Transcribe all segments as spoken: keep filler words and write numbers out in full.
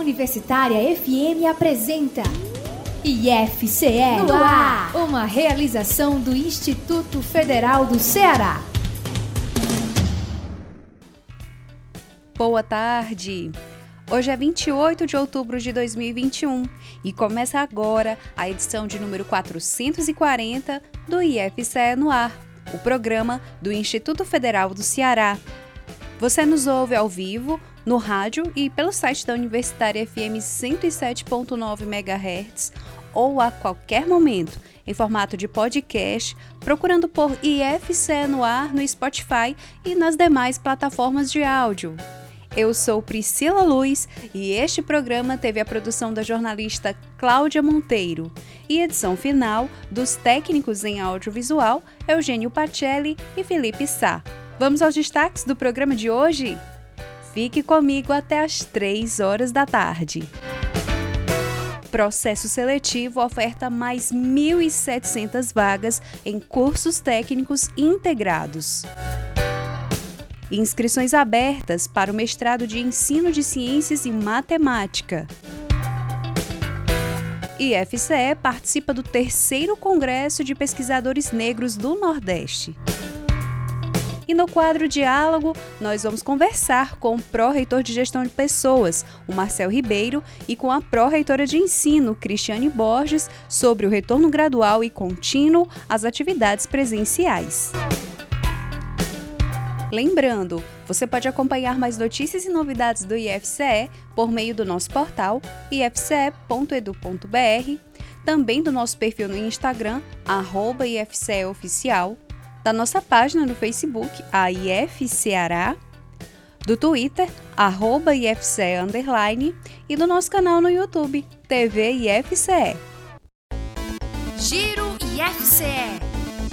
Universitária F M apresenta I F C E no ar, uma realização do Instituto Federal do Ceará. Boa tarde! Hoje é vinte e oito de outubro de dois mil e vinte e um e começa agora a edição de número quatrocentos e quarenta do I F C E no ar, o programa do Instituto Federal do Ceará. Você nos ouve ao vivo, no rádio e pelo site da Universitária F M cento e sete ponto nove megahertz ou a qualquer momento, em formato de podcast, procurando por I F C E no ar no Spotify e nas demais plataformas de áudio. Eu sou Priscila Luz e este programa teve a produção da jornalista Cláudia Monteiro e edição final dos técnicos em audiovisual Eugênio Pacelli e Felipe Sá. Vamos aos destaques do programa de hoje? Fique comigo até às três horas da tarde. Processo seletivo oferta mais mil e setecentas vagas em cursos técnicos integrados. Inscrições abertas para o mestrado de Ensino de Ciências e Matemática. I F C E participa do terceiro Congresso de Pesquisadores Negros do Nordeste. E no quadro Diálogo, nós vamos conversar com o pró-reitor de Gestão de Pessoas, o Marcel Ribeiro, e com a pró-reitora de Ensino, Cristiane Borges, sobre o retorno gradual e contínuo às atividades presenciais. Lembrando, você pode acompanhar mais notícias e novidades do I F C E por meio do nosso portal i f c e ponto e d u ponto b r, também do nosso perfil no Instagram, arroba I F C E Oficial, da nossa página no Facebook, a I F Ceará, do Twitter, arroba I F C E underline, e do nosso canal no YouTube, T V I F C E. Giro I F C E.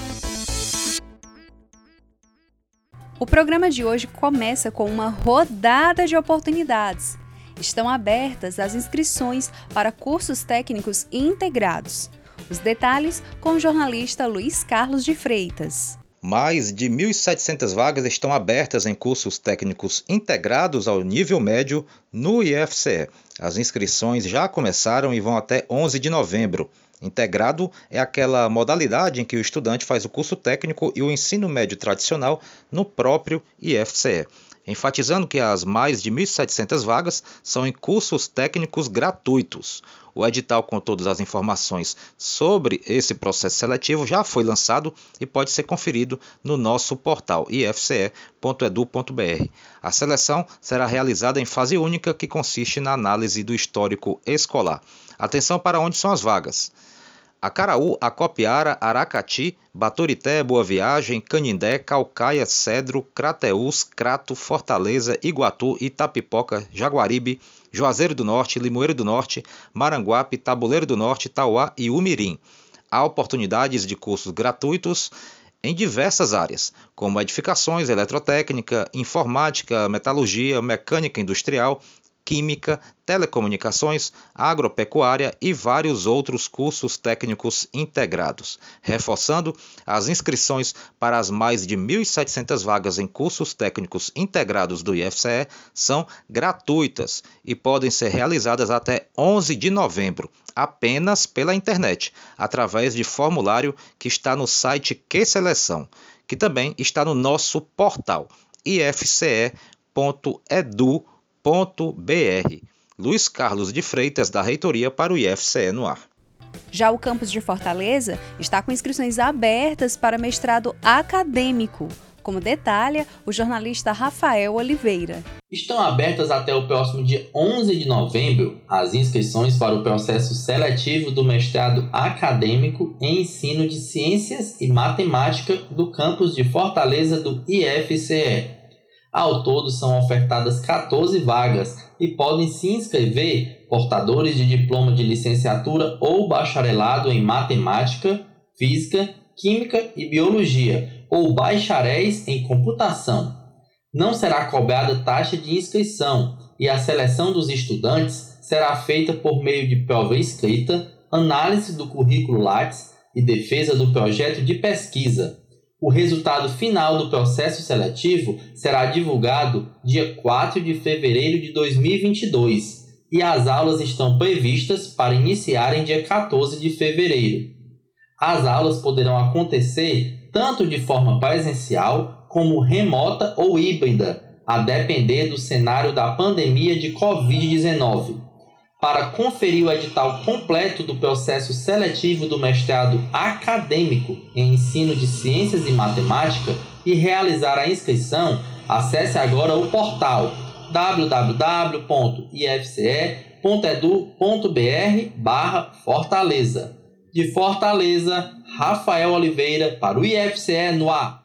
O programa de hoje começa com uma rodada de oportunidades. Estão abertas as inscrições para cursos técnicos integrados. Os detalhes com o jornalista Luiz Carlos de Freitas. Mais de mil e setecentas vagas estão abertas em cursos técnicos integrados ao nível médio no I F C E. As inscrições já começaram e vão até onze de novembro. Integrado é aquela modalidade em que o estudante faz o curso técnico e o ensino médio tradicional no próprio I F C E. Enfatizando que as mais de mil e setecentas vagas são em cursos técnicos gratuitos. O edital com todas as informações sobre esse processo seletivo já foi lançado e pode ser conferido no nosso portal i f c e ponto e d u ponto b r. A seleção será realizada em fase única, que consiste na análise do histórico escolar. Atenção para onde são as vagas. Acaraú, Acopiara, Aracati, Baturité, Boa Viagem, Canindé, Caucaia, Cedro, Crateús, Crato, Fortaleza, Iguatu, Itapipoca, Jaguaribe, Juazeiro do Norte, Limoeiro do Norte, Maranguape, Tabuleiro do Norte, Tauá e Umirim. Há oportunidades de cursos gratuitos em diversas áreas, como edificações, eletrotécnica, informática, metalurgia, mecânica industrial, química, telecomunicações, agropecuária e vários outros cursos técnicos integrados. Reforçando, as inscrições para as mais de mil e setecentas vagas em cursos técnicos integrados do I F C E são gratuitas e podem ser realizadas até onze de novembro, apenas pela internet, através de formulário que está no site Que Seleção, que também está no nosso portal i f c e ponto e d u ponto b r. Luiz Carlos de Freitas, da Reitoria, para o I F C E no ar. Já o campus de Fortaleza está com inscrições abertas para mestrado acadêmico, como detalha o jornalista Rafael Oliveira. Estão abertas até o próximo dia onze de novembro as inscrições para o processo seletivo do mestrado acadêmico em ensino de ciências e matemática do campus de Fortaleza do I F C E. Ao todo, são ofertadas quatorze vagas e podem se inscrever portadores de diploma de licenciatura ou bacharelado em matemática, física, química e biologia, ou bacharéis em computação. Não será cobrada taxa de inscrição e a seleção dos estudantes será feita por meio de prova escrita, análise do currículo Lattes e defesa do projeto de pesquisa. O resultado final do processo seletivo será divulgado dia quatro de fevereiro de dois mil e vinte e dois. e as aulas estão previstas para iniciarem dia quatorze de fevereiro. As aulas poderão acontecer tanto de forma presencial como remota ou híbrida, a depender do cenário da pandemia de covid dezenove. Para conferir o edital completo do processo seletivo do mestrado acadêmico em ensino de ciências e matemática e realizar a inscrição, acesse agora o portal w w w ponto i f c e ponto e d u ponto b r barra Fortaleza. De Fortaleza, Rafael Oliveira para o I F C E no ar.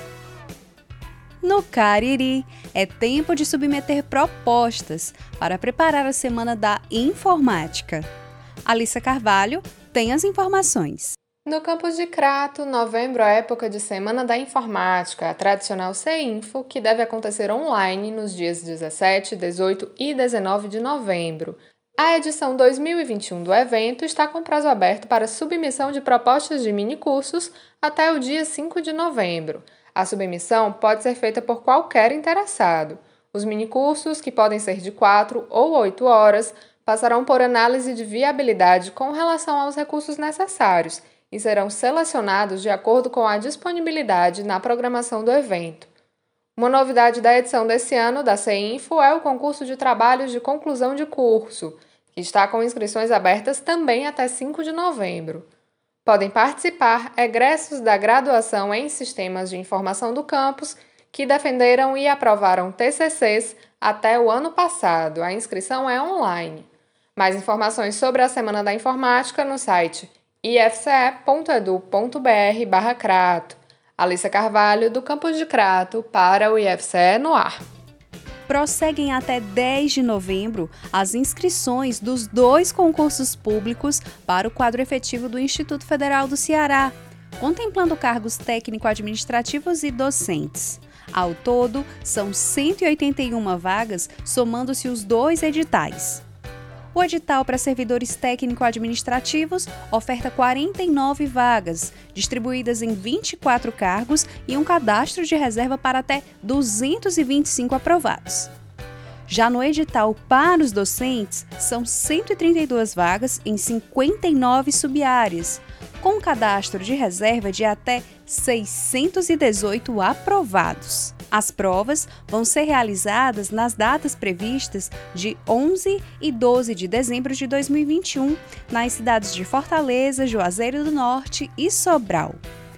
No Cariri, é tempo de submeter propostas para preparar a Semana da Informática. Alissa Carvalho tem as informações. No campus de Crato, novembro é época de Semana da Informática, a tradicional CEINFO, que deve acontecer online nos dias dezessete, dezoito e dezenove de novembro. A edição dois mil e vinte e um do evento está com prazo aberto para submissão de propostas de minicursos até o dia cinco de novembro. A submissão pode ser feita por qualquer interessado. Os minicursos, que podem ser de quatro ou oito horas, passarão por análise de viabilidade com relação aos recursos necessários e serão selecionados de acordo com a disponibilidade na programação do evento. Uma novidade da edição desse ano da CEINFO é o concurso de trabalhos de conclusão de curso, que está com inscrições abertas também até cinco de novembro. Podem participar egressos da graduação em Sistemas de Informação do campus que defenderam e aprovaram T C Cs até o ano passado. A inscrição é online. Mais informações sobre a Semana da Informática no site i f c e ponto e d u ponto b r barra Crato. Alissa Carvalho, do campus de Crato, para o I F C E no ar. Prosseguem até dez de novembro as inscrições dos dois concursos públicos para o quadro efetivo do Instituto Federal do Ceará, contemplando cargos técnico-administrativos e docentes. Ao todo, são cento e oitenta e uma vagas, somando-se os dois editais. O edital para servidores técnico-administrativos oferta quarenta e nove vagas, distribuídas em vinte e quatro cargos e um cadastro de reserva para até duzentos e vinte e cinco aprovados. Já no edital para os docentes, são cento e trinta e duas vagas em cinquenta e nove subáreas, com um cadastro de reserva de até seiscentos e dezoito aprovados. As provas vão ser realizadas nas datas previstas de onze e doze de dezembro de dois mil e vinte e um, nas cidades de Fortaleza, Juazeiro do Norte e Sobral.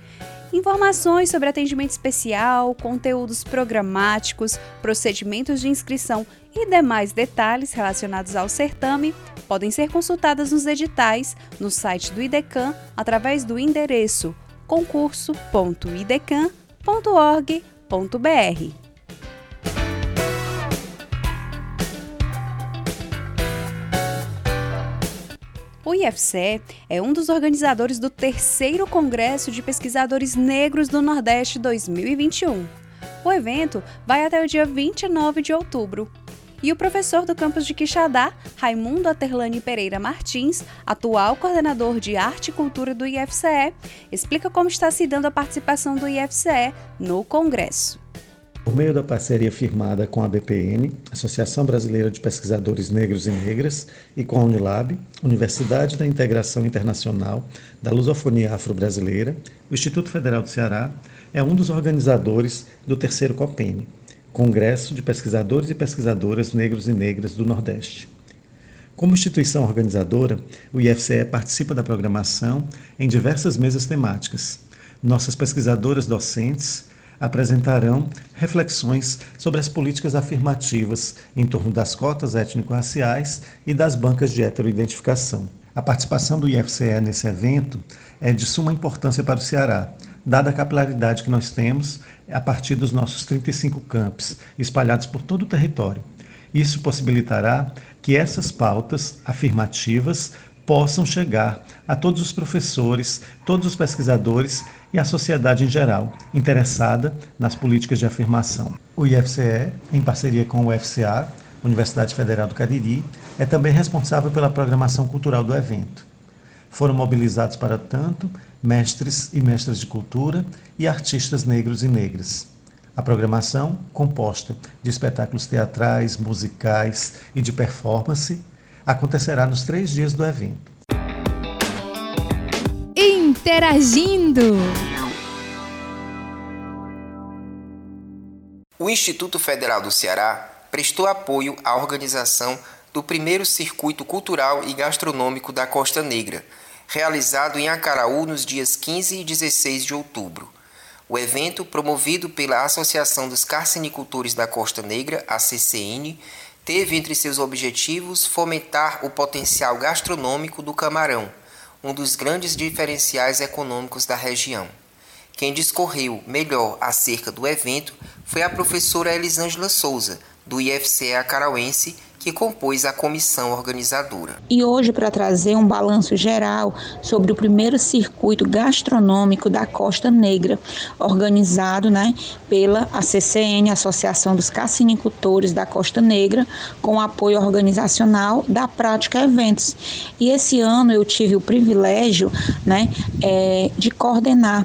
Informações sobre atendimento especial, conteúdos programáticos, procedimentos de inscrição e demais detalhes relacionados ao certame podem ser consultadas nos editais no site do IDECAM através do endereço concurso ponto idecam ponto org ponto b r. O I F C E é um dos organizadores do terceiro Congresso de Pesquisadores Negros do Nordeste dois mil e vinte e um. O evento vai até o dia vinte e nove de outubro. E o professor do campus de Quixadá, Raimundo Aterlani Pereira Martins, atual coordenador de Arte e Cultura do I F C E, explica como está se dando a participação do I F C E no Congresso. Por meio da parceria firmada com a B P N, Associação Brasileira de Pesquisadores Negros e Negras, e com a Unilab, Universidade da Integração Internacional da Lusofonia Afro-Brasileira, o Instituto Federal do Ceará é um dos organizadores do terceiro COPENE, Congresso de Pesquisadores e Pesquisadoras Negros e Negras do Nordeste. Como instituição organizadora, o I F C E participa da programação em diversas mesas temáticas. Nossas pesquisadoras docentes apresentarão reflexões sobre as políticas afirmativas em torno das cotas étnico-raciais e das bancas de heteroidentificação. A participação do I F C E nesse evento é de suma importância para o Ceará, dada a capilaridade que nós temos a partir dos nossos trinta e cinco campos espalhados por todo o território. Isso possibilitará que essas pautas afirmativas possam chegar a todos os professores, todos os pesquisadores e a sociedade em geral, interessada nas políticas de afirmação. O I F C E, em parceria com o U F C A, Universidade Federal do Cariri, é também responsável pela programação cultural do evento. Foram mobilizados para tanto mestres e mestras de cultura e artistas negros e negras. A programação, composta de espetáculos teatrais, musicais e de performance, acontecerá nos três dias do evento. Interagindo. O Instituto Federal do Ceará prestou apoio à organização do primeiro Circuito Cultural e Gastronômico da Costa Negra, realizado em Acaraú nos dias quinze e dezesseis de outubro. O evento, promovido pela Associação dos Carcinicultores da Costa Negra, A C C N, teve entre seus objetivos fomentar o potencial gastronômico do camarão, um dos grandes diferenciais econômicos da região. Quem discorreu melhor acerca do evento foi a professora Elisângela Souza, do I F C E Acarauense, que compôs a comissão organizadora. E hoje, para trazer um balanço geral sobre o primeiro circuito gastronômico da Costa Negra, organizado né, pela A C C N, Associação dos Carcinicultores da Costa Negra, com apoio organizacional da Prática Eventos. E esse ano eu tive o privilégio né, é, de coordenar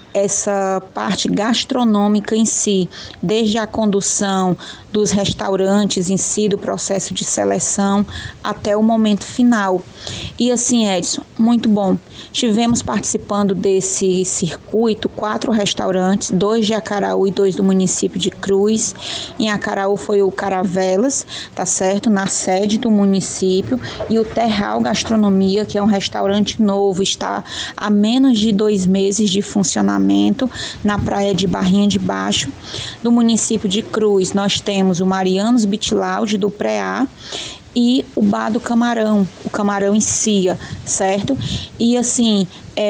essa parte gastronômica em si, desde a condução dos restaurantes em si, do processo de seleção, até o momento final. E assim, Edson, muito bom. Tivemos participando desse circuito quatro restaurantes, dois de Acaraú e dois do município de Cruz. Em Acaraú foi o Caravelas, tá certo? Na sede do município, e o Terral Gastronomia, que é um restaurante novo, está há menos de dois meses de funcionamento na praia de Barrinha de Baixo. Do município de Cruz, nós temos o Marianos Beach Lounge do Pré-A e o Bar do Camarão, o Camarão em Cia, certo? E assim,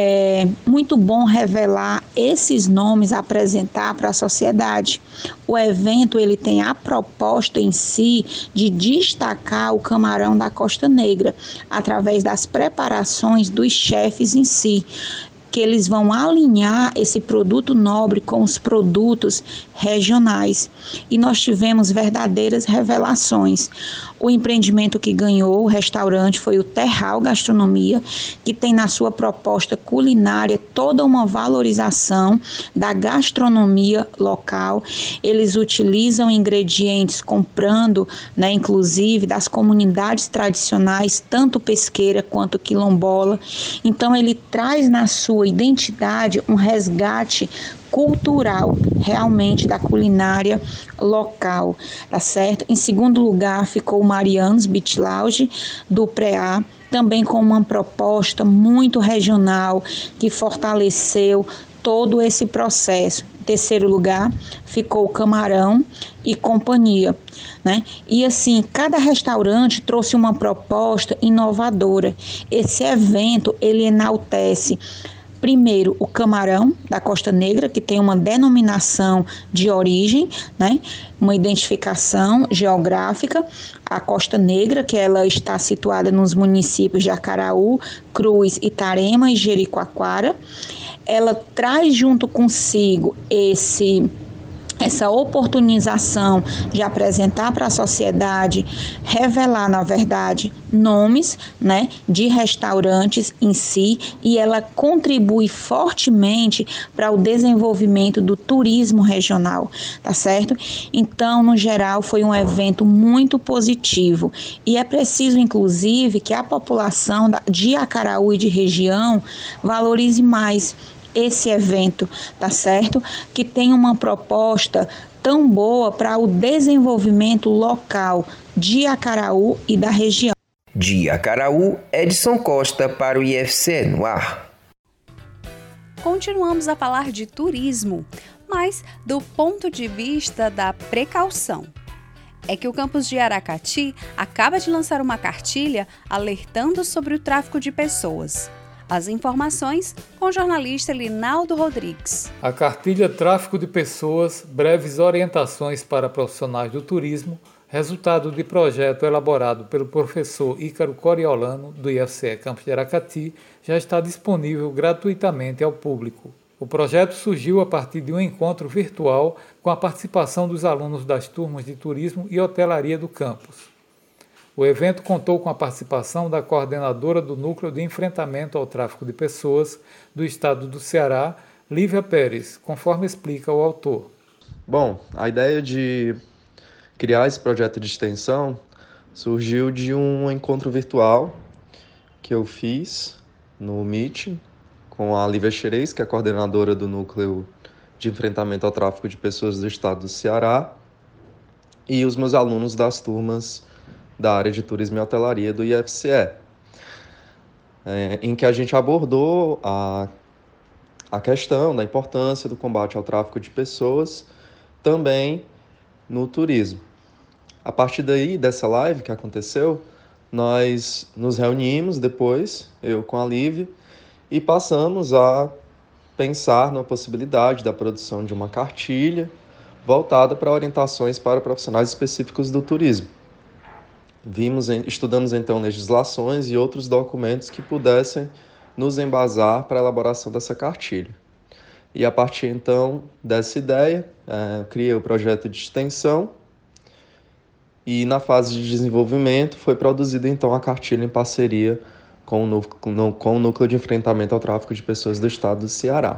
é muito bom revelar esses nomes, apresentar para a sociedade. O evento ele tem a proposta em si de destacar o camarão da Costa Negra, através das preparações dos chefes em si, que eles vão alinhar esse produto nobre com os produtos regionais. E nós tivemos verdadeiras revelações. O empreendimento que ganhou o restaurante foi o Terral Gastronomia, que tem na sua proposta culinária toda uma valorização da gastronomia local. Eles utilizam ingredientes comprando, né, inclusive das comunidades tradicionais, tanto pesqueira quanto quilombola. Então ele traz na sua identidade um resgate cultural, realmente, da culinária local, tá certo? Em segundo lugar, ficou o Marianos Beach Lounge do Pré-A, também com uma proposta muito regional, que fortaleceu todo esse processo. Em terceiro lugar, ficou o Camarão e Companhia, né? E assim, cada restaurante trouxe uma proposta inovadora. Esse evento, ele enaltece primeiro, o camarão da Costa Negra, que tem uma denominação de origem, né? Uma identificação geográfica. A Costa Negra, que ela está situada nos municípios de Acaraú, Cruz, Itarema e Jericoacoara. Ela traz junto consigo esse... essa oportunização de apresentar para a sociedade, revelar, na verdade, nomes, né, de restaurantes em si, e ela contribui fortemente para o desenvolvimento do turismo regional, tá certo? Então, no geral, foi um evento muito positivo, e é preciso, inclusive, que a população de Acaraú e de região valorize mais esse evento, tá certo? Que tem uma proposta tão boa para o desenvolvimento local de Acaraú e da região. De Acaraú, Edson Costa para o I F C E no ar. Continuamos a falar de turismo, mas do ponto de vista da precaução. É que o campus de Aracati acaba de lançar uma cartilha alertando sobre o tráfico de pessoas. As informações com o jornalista Linaldo Rodrigues. A cartilha Tráfico de Pessoas, breves orientações para profissionais do turismo, resultado de projeto elaborado pelo professor Ícaro Coriolano, do I F C E Campus de Aracati, já está disponível gratuitamente ao público. O projeto surgiu a partir de um encontro virtual com a participação dos alunos das turmas de turismo e hotelaria do campus. O evento contou com a participação da coordenadora do Núcleo de Enfrentamento ao Tráfico de Pessoas do Estado do Ceará, Lívia Pérez, conforme explica o autor. Bom, a ideia de criar esse projeto de extensão Surgiu de um encontro virtual que eu fiz no Meet com a Lívia Xerez, que é a coordenadora do Núcleo de Enfrentamento ao Tráfico de Pessoas do Estado do Ceará, e os meus alunos das turmas da área de Turismo e Hotelaria do I F C E, é, em que a gente abordou a, a questão da importância do combate ao tráfico de pessoas também no turismo. A partir daí, dessa live que aconteceu, nós nos reunimos depois, eu com a Lívia, e passamos a pensar na possibilidade da produção de uma cartilha voltada para orientações para profissionais específicos do turismo. Vimos, estudamos então legislações e outros documentos que pudessem nos embasar para a elaboração dessa cartilha. E a partir então dessa ideia, é, criei o projeto de extensão e na fase de desenvolvimento foi produzida então a cartilha em parceria com o, núcleo, com o Núcleo de Enfrentamento ao Tráfico de Pessoas do Estado do Ceará.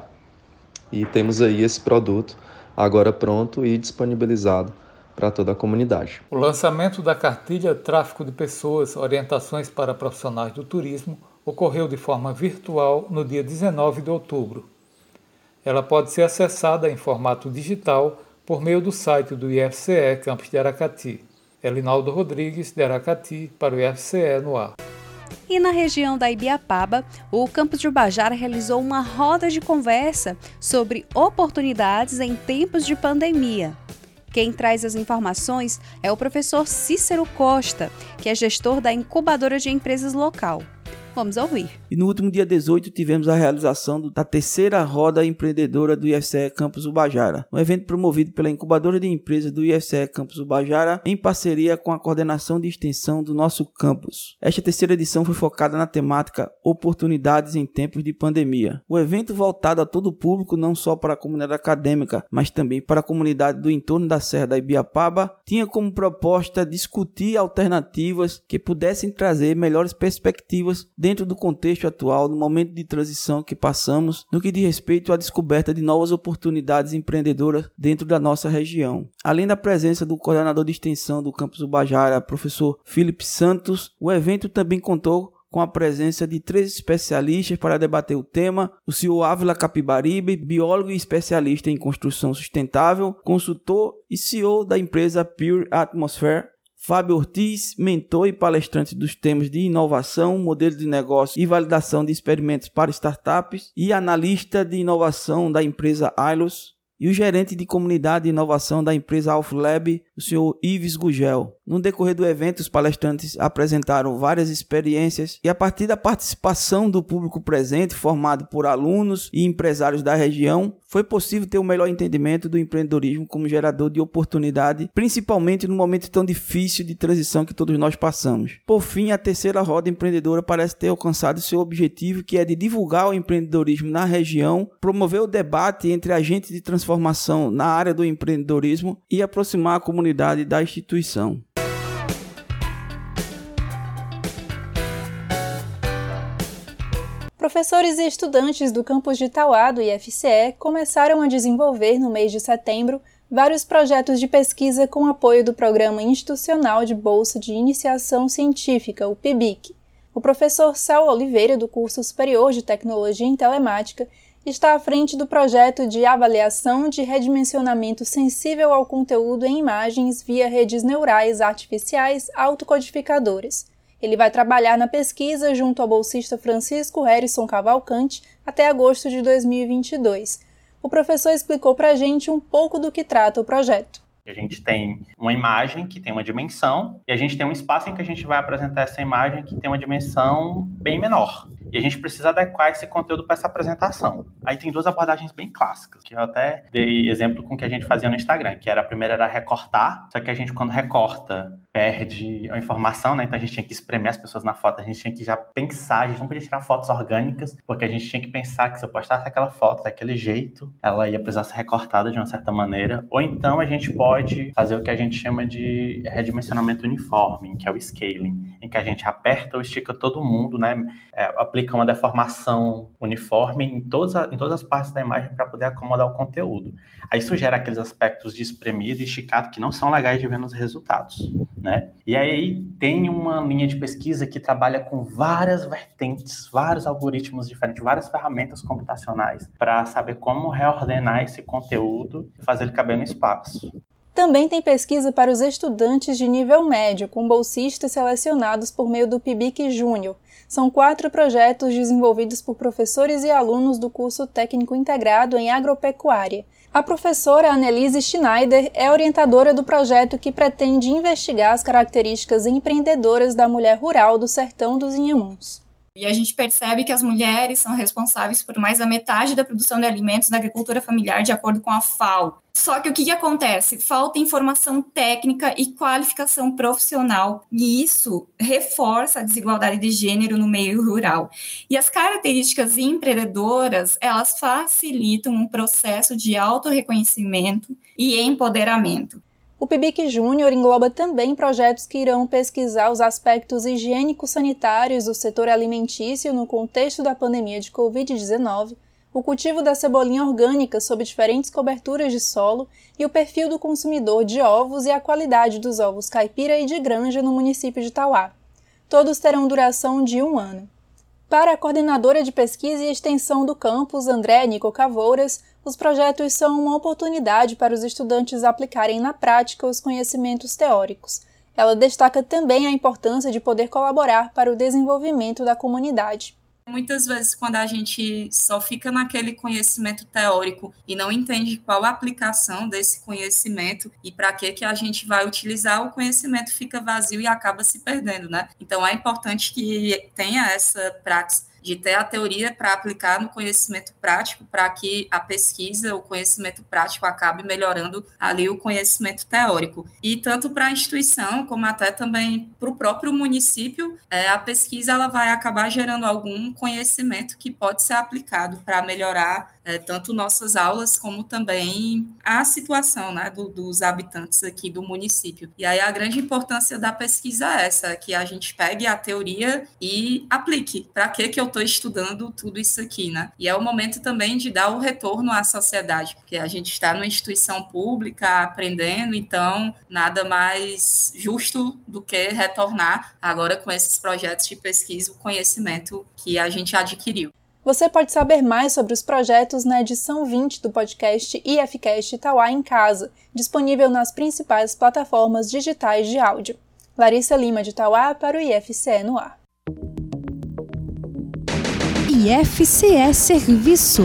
E temos aí esse produto agora pronto e disponibilizado para toda a comunidade. O lançamento da cartilha Tráfico de Pessoas, Orientações para Profissionais do Turismo ocorreu de forma virtual no dia dezenove de outubro. Ela pode ser acessada em formato digital por meio do site do I F C E Campus de Aracati. Elinaldo Rodrigues, de Aracati, para o I F C E no ar. E na região da Ibiapaba, o campus de Ubajara realizou uma roda de conversa sobre oportunidades em tempos de pandemia. Quem traz as informações é o professor Cícero Costa, que é gestor da incubadora de empresas local. Vamos ouvir. E no último dia dezoito tivemos a realização da terceira roda empreendedora do I F C E Campus Ubajara, um evento promovido pela incubadora de empresas do I F C E Campus Ubajara em parceria com a coordenação de extensão do nosso campus. Esta terceira edição foi focada na temática Oportunidades em Tempos de Pandemia. O evento voltado a todo o público, não só para a comunidade acadêmica, mas também para a comunidade do entorno da Serra da Ibiapaba, tinha como proposta discutir alternativas que pudessem trazer melhores perspectivas dentro do contexto atual, no momento de transição que passamos, no que diz respeito à descoberta de novas oportunidades empreendedoras dentro da nossa região. Além da presença do coordenador de extensão do campus Ubajara, professor Felipe Santos, o evento também contou com a presença de três especialistas para debater o tema: o senhor Ávila Capibaribe, biólogo e especialista em construção sustentável, consultor e C E O da empresa Pure Atmosphere; Fábio Ortiz, mentor e palestrante dos temas de inovação, modelo de negócio e validação de experimentos para startups, e analista de inovação da empresa Ailos; e o gerente de comunidade e inovação da empresa AlphaLab, o senhor Ives Gugel. No decorrer do evento, os palestrantes apresentaram várias experiências e, a partir da participação do público presente, formado por alunos e empresários da região, foi possível ter um melhor entendimento do empreendedorismo como gerador de oportunidade, principalmente no momento tão difícil de transição que todos nós passamos. Por fim, a terceira roda empreendedora parece ter alcançado seu objetivo, que é de divulgar o empreendedorismo na região, promover o debate entre agentes de transformação na área do empreendedorismo e aproximar a comunidade da instituição. Professores e estudantes do campus de Itauá, do I F C E, começaram a desenvolver, no mês de setembro, vários projetos de pesquisa com apoio do Programa Institucional de Bolsa de Iniciação Científica, o P I B I C. O professor Saulo Oliveira, do curso Superior de Tecnologia em Telemática, está à frente do projeto de avaliação de redimensionamento sensível ao conteúdo em imagens via redes neurais artificiais autocodificadoras. Ele vai trabalhar na pesquisa junto ao bolsista Francisco Harrison Cavalcante até agosto de dois mil e vinte e dois. O professor explicou para a gente um pouco do que trata o projeto. A gente tem uma imagem que tem uma dimensão e a gente tem um espaço em que a gente vai apresentar essa imagem que tem uma dimensão bem menor. E a gente precisa adequar esse conteúdo para essa apresentação. Aí tem duas abordagens bem clássicas, que eu até dei exemplo com o que a gente fazia no Instagram, que era a primeira era recortar, só que a gente quando recorta perde a informação, né? Então a gente tinha que espremer as pessoas na foto, a gente tinha que já pensar, a gente não podia tirar fotos orgânicas, porque a gente tinha que pensar que se eu postasse aquela foto daquele jeito, ela ia precisar ser recortada de uma certa maneira, ou então a gente pode fazer o que a gente chama de redimensionamento uniforme, que é o scaling, em em que a gente aperta ou estica todo mundo, né? É, aplica uma deformação uniforme em todas, a, em todas as partes da imagem para poder acomodar o conteúdo. Aí isso gera aqueles aspectos de espremido e esticado que não são legais de ver nos resultados, né? E aí tem uma linha de pesquisa que trabalha com várias vertentes, vários algoritmos diferentes, várias ferramentas computacionais para saber como reordenar esse conteúdo e fazer ele caber no espaço. Também tem pesquisa para os estudantes de nível médio, com bolsistas selecionados por meio do P I B I C Júnior. São quatro projetos desenvolvidos por professores e alunos do curso técnico integrado em agropecuária. A professora Annelise Schneider é orientadora do projeto que pretende investigar as características empreendedoras da mulher rural do sertão dos Inhamuns. E a gente percebe que as mulheres são responsáveis por mais da metade da produção de alimentos na agricultura familiar, de acordo com a F A O. Só que o que, que acontece? Falta informação técnica e qualificação profissional, e isso reforça a desigualdade de gênero no meio rural. E as características empreendedoras, elas facilitam um processo de autorreconhecimento e empoderamento. O P I B I C Júnior engloba também projetos que irão pesquisar os aspectos higiênico-sanitários do setor alimentício no contexto da pandemia de covid dezenove, o cultivo da cebolinha orgânica sob diferentes coberturas de solo e o perfil do consumidor de ovos e a qualidade dos ovos caipira e de granja no município de Tauá. Todos terão duração de um ano. Para a coordenadora de pesquisa e extensão do campus, André Nico Cavouras, os projetos são uma oportunidade para os estudantes aplicarem na prática os conhecimentos teóricos. Ela destaca também a importância de poder colaborar para o desenvolvimento da comunidade. Muitas vezes, quando a gente só fica naquele conhecimento teórico e não entende qual a aplicação desse conhecimento e para que, que a gente vai utilizar, o conhecimento fica vazio e acaba se perdendo, né? Então, é importante que tenha essa prática de ter a teoria para aplicar no conhecimento prático, para que a pesquisa, o conhecimento prático acabe melhorando ali o conhecimento teórico. E tanto para a instituição, como até também para o próprio município, é, a pesquisa ela vai acabar gerando algum conhecimento que pode ser aplicado para melhorar é, tanto nossas aulas, como também a situação, né, do, dos habitantes aqui do município. E aí a grande importância da pesquisa é essa, que a gente pegue a teoria e aplique. Para que que eu estou estudando tudo isso aqui, né? E é o momento também de dar o retorno à sociedade, porque a gente está numa instituição pública aprendendo, então nada mais justo do que retornar agora com esses projetos de pesquisa, o conhecimento que a gente adquiriu. Você pode saber mais sobre os projetos na edição vinte do podcast IFCast Tauá em Casa, disponível nas principais plataformas digitais de áudio. Larissa Lima de Tauá para o I F C E no ar. I F C E Serviço.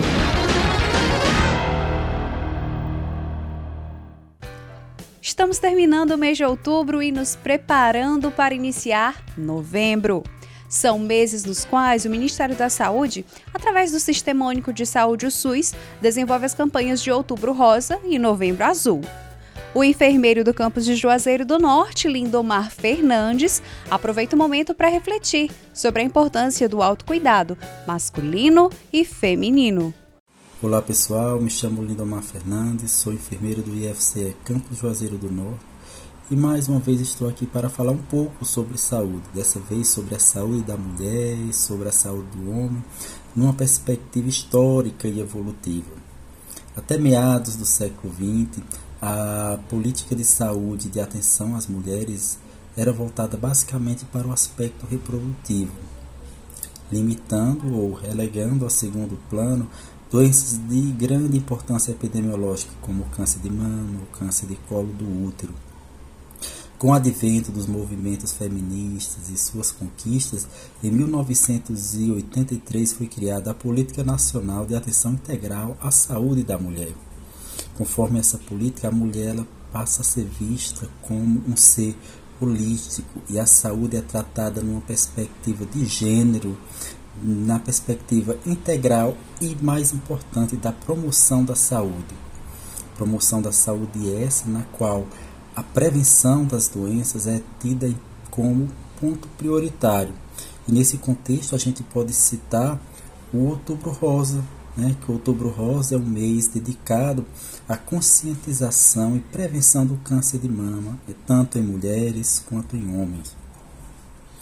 Estamos terminando o mês de outubro e nos preparando para iniciar novembro. São meses nos quais o Ministério da Saúde, através do Sistema Único de Saúde, o SUS, desenvolve as campanhas de Outubro Rosa e Novembro Azul. O enfermeiro do campus de Juazeiro do Norte, Lindomar Fernandes, aproveita o momento para refletir sobre a importância do autocuidado masculino e feminino. Olá pessoal, me chamo Lindomar Fernandes, sou enfermeiro do I F C E Campus Juazeiro do Norte e mais uma vez estou aqui para falar um pouco sobre saúde, dessa vez sobre a saúde da mulher e sobre a saúde do homem, numa perspectiva histórica e evolutiva. Até meados do século vinte, a política de saúde e de atenção às mulheres era voltada basicamente para o aspecto reprodutivo, limitando ou relegando a segundo plano doenças de grande importância epidemiológica, como o câncer de mama, o câncer de colo do útero. Com o advento dos movimentos feministas e suas conquistas, em mil novecentos e oitenta e três foi criada a Política Nacional de Atenção Integral à Saúde da Mulher. Conforme essa política, a mulher ela passa a ser vista como um ser holístico e a saúde é tratada numa perspectiva de gênero, na perspectiva integral e, mais importante, da promoção da saúde. Promoção da saúde essa na qual a prevenção das doenças é tida como ponto prioritário. E nesse contexto a gente pode citar o Outubro Rosa, né, que o Outubro Rosa é um mês dedicado à conscientização e prevenção do câncer de mama, tanto em mulheres quanto em homens.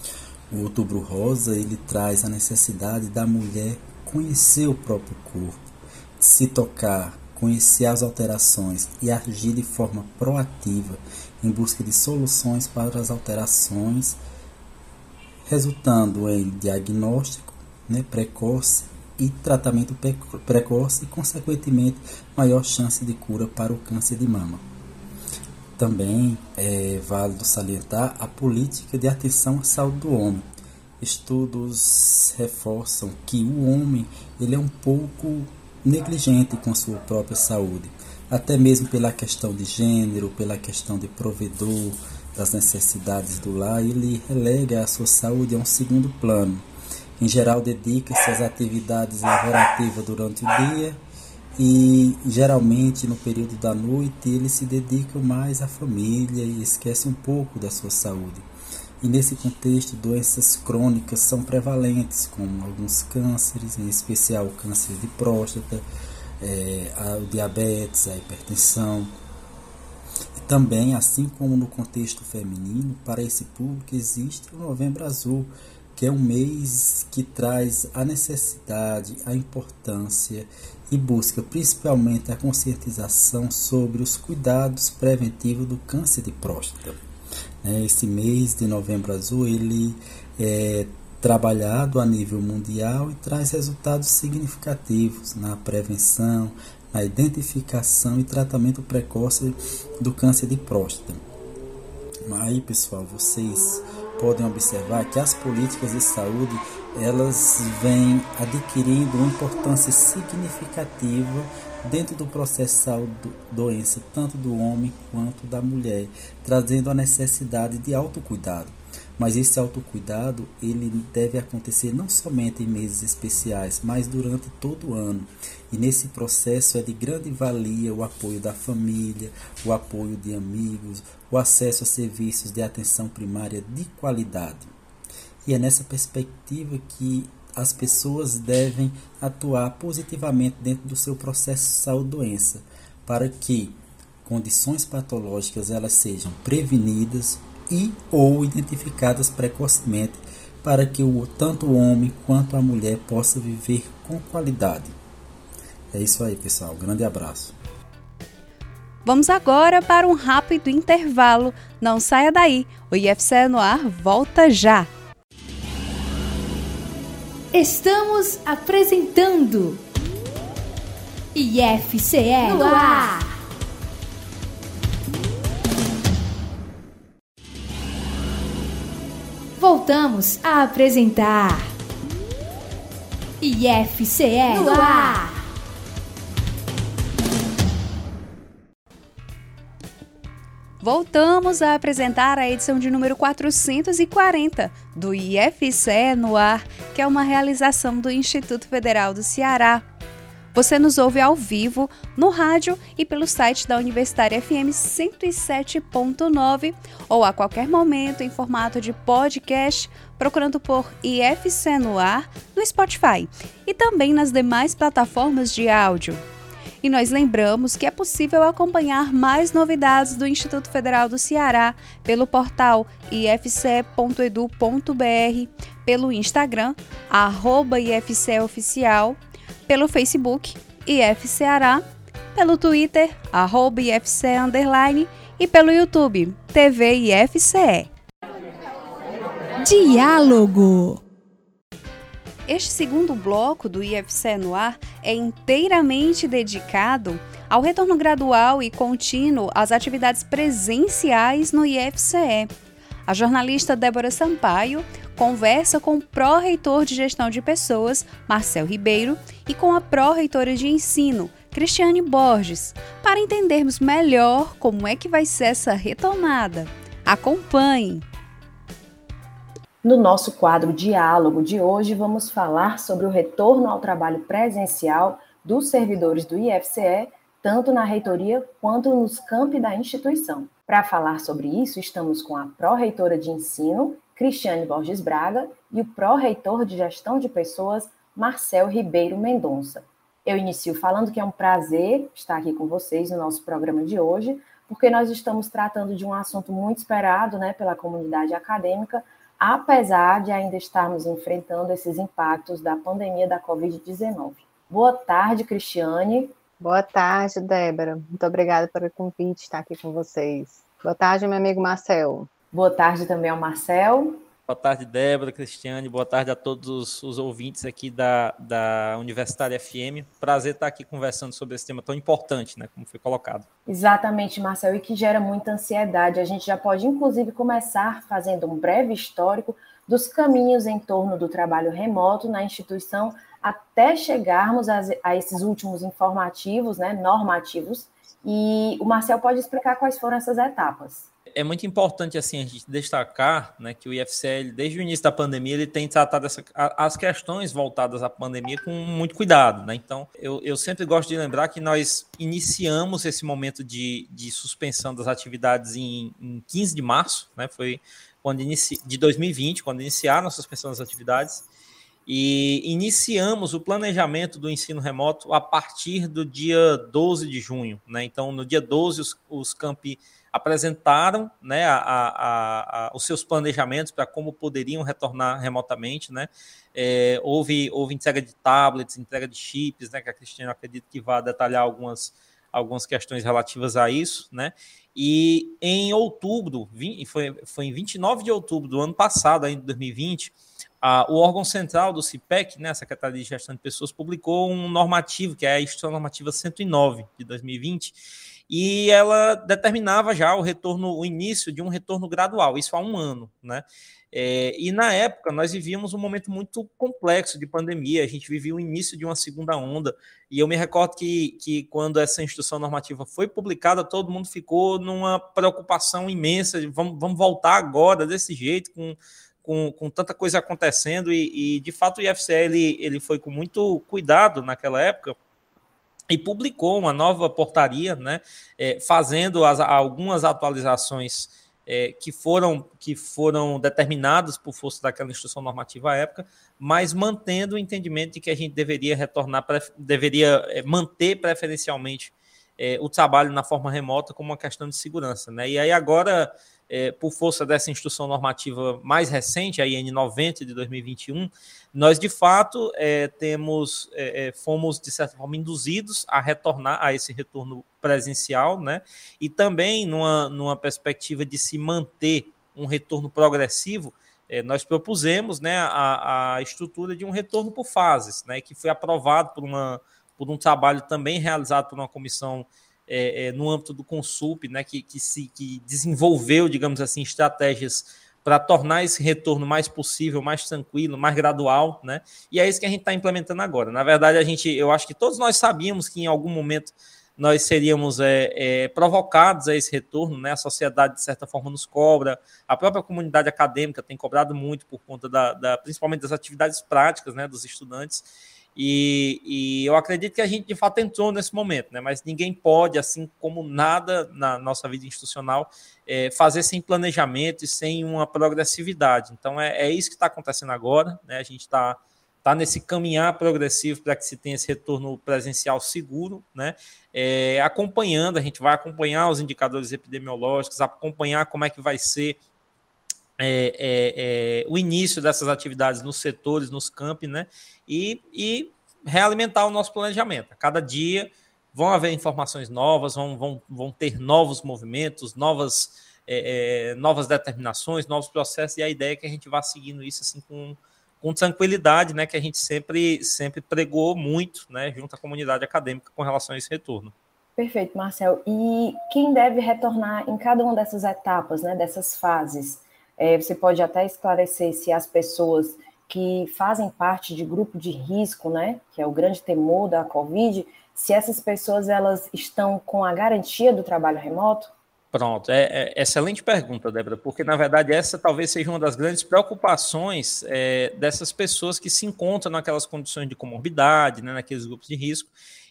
O Outubro Rosa, ele traz a necessidade da mulher conhecer o próprio corpo, se tocar, conhecer as alterações e agir de forma proativa em busca de soluções para as alterações, resultando em diagnóstico, né, precoce e tratamento precoce e, consequentemente, maior chance de cura para o câncer de mama. Também é válido salientar a política de atenção à saúde do homem. Estudos reforçam que o homem ele é um pouco negligente com a sua própria saúde, até mesmo pela questão de gênero, pela questão de provedor das necessidades do lar, ele relega a sua saúde a um segundo plano. Em geral, dedica-se às atividades laborativas durante o dia e, geralmente, no período da noite, ele se dedica mais à família e esquece um pouco da sua saúde. E, nesse contexto, doenças crônicas são prevalentes, como alguns cânceres, em especial o câncer de próstata, é, o diabetes, a hipertensão. E também, assim como no contexto feminino, para esse público existe o Novembro Azul, que é um mês que traz a necessidade, a importância e busca principalmente a conscientização sobre os cuidados preventivos do câncer de próstata. Esse mês de Novembro Azul ele é trabalhado a nível mundial e traz resultados significativos na prevenção, na identificação e tratamento precoce do câncer de próstata. Aí, pessoal, vocês podem observar que as políticas de saúde elas vêm adquirindo uma importância significativa dentro do processo de saúde-doença, tanto do homem quanto da mulher, trazendo a necessidade de autocuidado. Mas esse autocuidado ele deve acontecer não somente em meses especiais, mas durante todo o ano. E nesse processo é de grande valia o apoio da família, o apoio de amigos, o acesso a serviços de atenção primária de qualidade. E é nessa perspectiva que as pessoas devem atuar positivamente dentro do seu processo de saúde-doença, para que condições patológicas elas sejam prevenidas e ou identificadas precocemente, para que o, tanto o homem quanto a mulher possa viver com qualidade. É isso aí, pessoal. Grande abraço. Vamos agora para um rápido intervalo. Não saia daí. O I F C E no ar volta já. Estamos apresentando I F C E no ar. Voltamos a apresentar I F C E no ar. Voltamos a apresentar a edição de número quatrocentos e quarenta do I F C E no ar, que é uma realização do Instituto Federal do Ceará. Você nos ouve ao vivo, no rádio e pelo site da Universitária F M cento e sete ponto nove ou a qualquer momento em formato de podcast, procurando por I F C E no ar no Spotify e também nas demais plataformas de áudio. E nós lembramos que é possível acompanhar mais novidades do Instituto Federal do Ceará pelo portal i f c e ponto edu ponto b r, pelo Instagram, arroba I F C E Oficial, pelo Facebook, I F Ceará, pelo Twitter, arroba I F C E underline, e pelo YouTube, T V I F C E. Diálogo. Este segundo bloco do I F C E no ar é inteiramente dedicado ao retorno gradual e contínuo às atividades presenciais no I F C E. A jornalista Débora Sampaio conversa com o pró-reitor de gestão de pessoas, Marcel Ribeiro, e com a pró-reitora de ensino, Cristiane Borges, para entendermos melhor como é que vai ser essa retomada. Acompanhe! No nosso quadro Diálogo de hoje, vamos falar sobre o retorno ao trabalho presencial dos servidores do I F C E, tanto na reitoria quanto nos campi da instituição. Para falar sobre isso, estamos com a pró-reitora de ensino, Cristiane Borges Braga, e o pró-reitor de gestão de pessoas, Marcel Ribeiro Mendonça. Eu inicio falando que é um prazer estar aqui com vocês no nosso programa de hoje, porque nós estamos tratando de um assunto muito esperado, né, pela comunidade acadêmica, apesar de ainda estarmos enfrentando esses impactos da pandemia da covid dezenove. Boa tarde, Cristiane. Boa tarde, Débora. Muito obrigada pelo convite, estar aqui com vocês. Boa tarde, meu amigo Marcel. Boa tarde também ao Marcel. Boa tarde, Débora, Cristiane. Boa tarde a todos os, os ouvintes aqui da, da Universitária F M. Prazer estar aqui conversando sobre esse tema tão importante, né, como foi colocado. Exatamente, Marcel, e que gera muita ansiedade. A gente já pode, inclusive, começar fazendo um breve histórico dos caminhos em torno do trabalho remoto na instituição até chegarmos a, a esses últimos informativos, né, normativos. E o Marcel pode explicar quais foram essas etapas. É muito importante assim, a gente destacar, né, que o I F C E, desde o início da pandemia, ele tem tratado essa, as questões voltadas à pandemia com muito cuidado. Né? Então, eu, eu sempre gosto de lembrar que nós iniciamos esse momento de, de suspensão das atividades em, em quinze de março, né, foi quando inici, de dois mil e vinte, quando iniciaram a suspensão das atividades, e iniciamos o planejamento do ensino remoto a partir do dia doze de junho. Né? Então, no dia doze, os, os campi apresentaram, né, a, a, a, os seus planejamentos para como poderiam retornar remotamente. Né? É, houve, houve entrega de tablets, entrega de chips, né, que a Cristiane acredito que vai detalhar algumas, algumas questões relativas a isso. Né? E em outubro, foi, foi em vinte e nove de outubro do ano passado, ainda de dois mil e vinte, a, o órgão central do CIPEC, né, a Secretaria de Gestão de Pessoas, publicou um normativo, que é a Instrução Normativa cento e nove de dois mil e vinte, e ela determinava já o retorno, o início de um retorno gradual, isso há um ano, né? É, e na época nós vivíamos um momento muito complexo de pandemia, a gente vivia o início de uma segunda onda, e eu me recordo que, que quando essa instrução normativa foi publicada, todo mundo ficou numa preocupação imensa, de vamos, vamos voltar agora desse jeito, com, com, com tanta coisa acontecendo, e, e de fato o I F C E ele, ele foi com muito cuidado naquela época, e publicou uma nova portaria, né, é, fazendo as, algumas atualizações é, que, foram, que foram determinadas por força daquela instrução normativa à época, mas mantendo o entendimento de que a gente deveria retornar, deveria é, manter preferencialmente é, o trabalho na forma remota como uma questão de segurança. Né? E aí agora, é, por força dessa instrução normativa mais recente, a I N noventa de dois mil e vinte e um, nós, de fato, é, temos, é, fomos, de certa forma, induzidos a retornar a esse retorno presencial, né? E também, numa, numa perspectiva de se manter um retorno progressivo, é, nós propusemos, né, a, a estrutura de um retorno por fases, né, que foi aprovado por, uma, por um trabalho também realizado por uma comissão é, é, no âmbito do Consulp, né, que, que, se, que desenvolveu, digamos assim, estratégias para tornar esse retorno mais possível, mais tranquilo, mais gradual, né? E é isso que a gente está implementando agora. Na verdade, a gente, eu acho que todos nós sabíamos que em algum momento nós seríamos é, é, provocados a esse retorno, né? A sociedade, de certa forma, nos cobra, a própria comunidade acadêmica tem cobrado muito por conta, da, da, principalmente das atividades práticas, né, dos estudantes, e, e eu acredito que a gente, de fato, entrou nesse momento, né? Mas ninguém pode, assim como nada na nossa vida institucional, é, fazer sem planejamento e sem uma progressividade. Então, é, é isso que está acontecendo agora, né? A gente está tá nesse caminhar progressivo para que se tenha esse retorno presencial seguro, né? É, acompanhando, a gente vai acompanhar os indicadores epidemiológicos, acompanhar como é que vai ser É, é, é, o início dessas atividades nos setores, nos campi, né? E, e realimentar o nosso planejamento. A cada dia vão haver informações novas, vão, vão, vão ter novos movimentos, novas, é, é, novas determinações, novos processos, e a ideia é que a gente vá seguindo isso assim, com, com tranquilidade, né? Que a gente sempre, sempre pregou muito, né, junto à comunidade acadêmica com relação a esse retorno. Perfeito, Marcel. E quem deve retornar em cada uma dessas etapas, né, dessas fases? É, você pode até esclarecer se as pessoas que fazem parte de grupo de risco, né, que é o grande temor da Covid, se essas pessoas elas estão com a garantia do trabalho remoto? Pronto, é, é excelente pergunta, Débora, porque, na verdade, essa talvez seja uma das grandes preocupações é, dessas pessoas que se encontram naquelas condições de comorbidade, né, naqueles grupos de risco,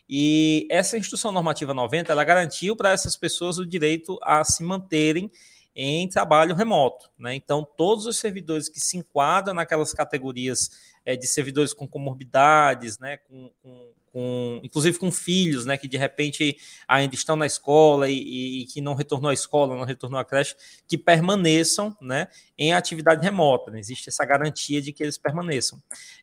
e essa Instrução Normativa noventa, ela garantiu para essas pessoas o direito a se manterem em trabalho remoto, né? Então, todos os servidores que se enquadram naquelas categorias é, de servidores com comorbidades, né, com, com, com, inclusive com filhos, né, que de repente ainda estão na escola e, e, e que não retornou à escola, não retornou à creche, que permaneçam, né, em atividade remota. Né? Existe essa garantia de que eles permaneçam.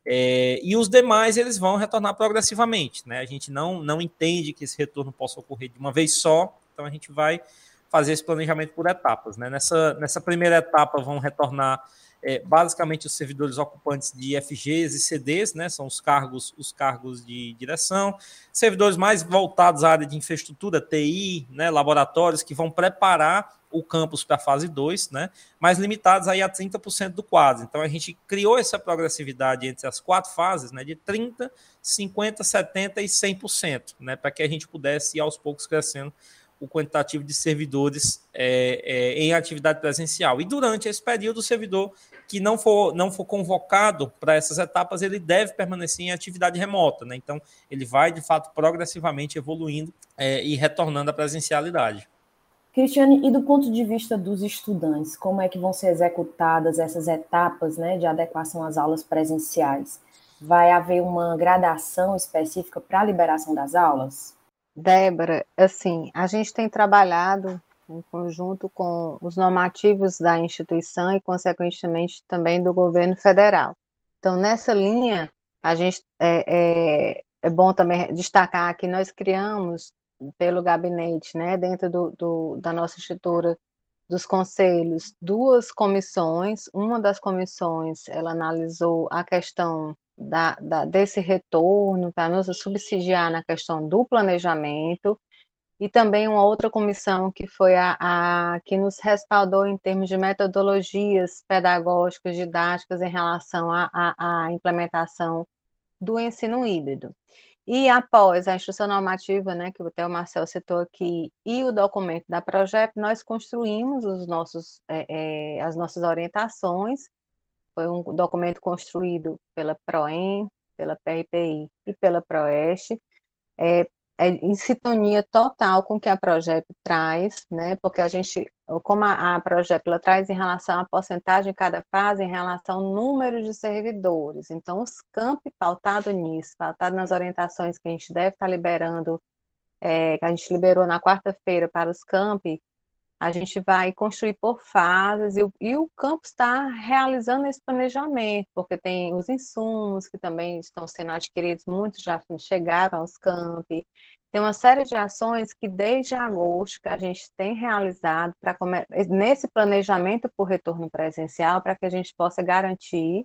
É, e os demais, eles vão retornar progressivamente. Né? A gente não, não entende que esse retorno possa ocorrer de uma vez só, então a gente vai fazer esse planejamento por etapas. Né? Nessa, nessa primeira etapa vão retornar é, basicamente os servidores ocupantes de F Gs e C Ds, né? São os cargos, os cargos de direção, servidores mais voltados à área de infraestrutura, T I, né? Laboratórios que vão preparar o campus para a fase dois, né? Mas limitados aí a trinta por cento do quadro. Então a gente criou essa progressividade entre as quatro fases, né? De trinta, cinquenta, setenta e cem por cento, né? Para que a gente pudesse ir aos poucos crescendo o quantitativo de servidores é, é, em atividade presencial. E durante esse período, o servidor que não for, não for convocado para essas etapas, ele deve permanecer em atividade remota. Né? Então, ele vai, de fato, progressivamente evoluindo é, e retornando à presencialidade. Cristiane, e do ponto de vista dos estudantes, como é que vão ser executadas essas etapas, né, de adequação às aulas presenciais? Vai haver uma gradação específica para a liberação das aulas? Débora, assim, a gente tem trabalhado em conjunto com os normativos da instituição e, consequentemente, também do governo federal. Então, nessa linha, a gente é, é, é bom também destacar que nós criamos, pelo gabinete, né, dentro do, do, da nossa estrutura dos conselhos, duas comissões. Uma das comissões, ela analisou a questão Da, da, desse retorno, para nos subsidiar na questão do planejamento, e também uma outra comissão que foi a, a que nos respaldou em termos de metodologias pedagógicas, didáticas em relação à implementação do ensino híbrido. E após a instrução normativa, né, que até o Marcel citou aqui, e o documento da Progep, nós construímos os nossos, é, é, as nossas orientações. Foi um documento construído pela PROEM, pela P R P I e pela PROESTE, é, é em sintonia total com o que a Progep traz, né? Porque a gente, como a, a Progep ela traz em relação à porcentagem de cada fase, em relação ao número de servidores. Então, os campi pautado nisso, pautado nas orientações que a gente deve estar liberando, é, que a gente liberou na quarta-feira para os campi, a gente vai construir por fases, e o, e o campus está realizando esse planejamento, porque tem os insumos que também estão sendo adquiridos, muitos já chegaram aos campi. Tem uma série de ações que desde agosto que a gente tem realizado pra, nesse planejamento por retorno presencial, para que a gente possa garantir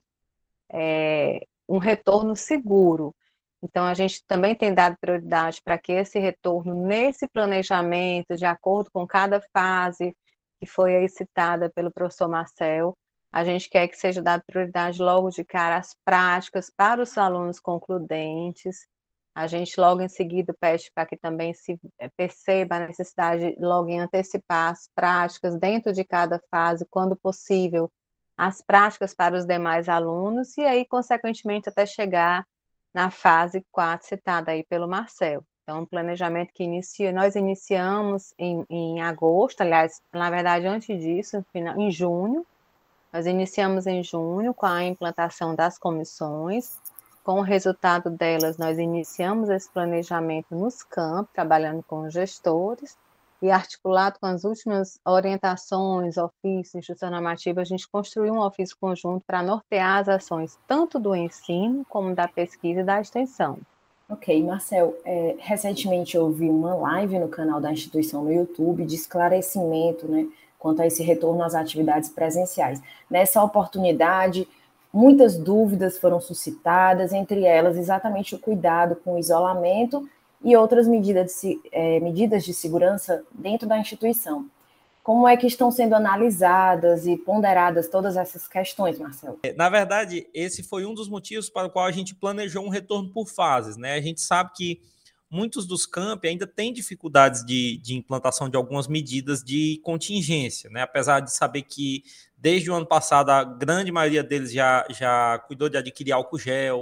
é, um retorno seguro. Então, a gente também tem dado prioridade para que esse retorno, nesse planejamento, de acordo com cada fase que foi aí citada pelo professor Marcel, a gente quer que seja dada prioridade logo de cara às práticas para os alunos concludentes. A gente logo em seguida pede para que também se perceba a necessidade logo em antecipar as práticas dentro de cada fase, quando possível, as práticas para os demais alunos, e aí, consequentemente, até chegar na fase quatro, citada aí pelo Marcel. Então, um planejamento que inicia, nós iniciamos em, em agosto, aliás, na verdade, antes disso, em junho, nós iniciamos em junho com a implantação das comissões. Com o resultado delas, nós iniciamos esse planejamento nos campos, trabalhando com os gestores, e articulado com as últimas orientações, ofícios, instrução normativa, a gente construiu um ofício conjunto para nortear as ações tanto do ensino como da pesquisa e da extensão. Ok, Marcel, é, recentemente eu vi uma live no canal da instituição no YouTube de esclarecimento, né, quanto a esse retorno às atividades presenciais. Nessa oportunidade, muitas dúvidas foram suscitadas, entre elas exatamente o cuidado com o isolamento e outras medidas de, é, medidas de segurança dentro da instituição. Como é que estão sendo analisadas e ponderadas todas essas questões, Marcelo? Na verdade, esse foi um dos motivos para o qual a gente planejou um retorno por fases, né? A gente sabe que muitos dos campi ainda têm dificuldades de, de implantação de algumas medidas de contingência, né? Apesar de saber que, desde o ano passado, a grande maioria deles já, já cuidou de adquirir álcool gel,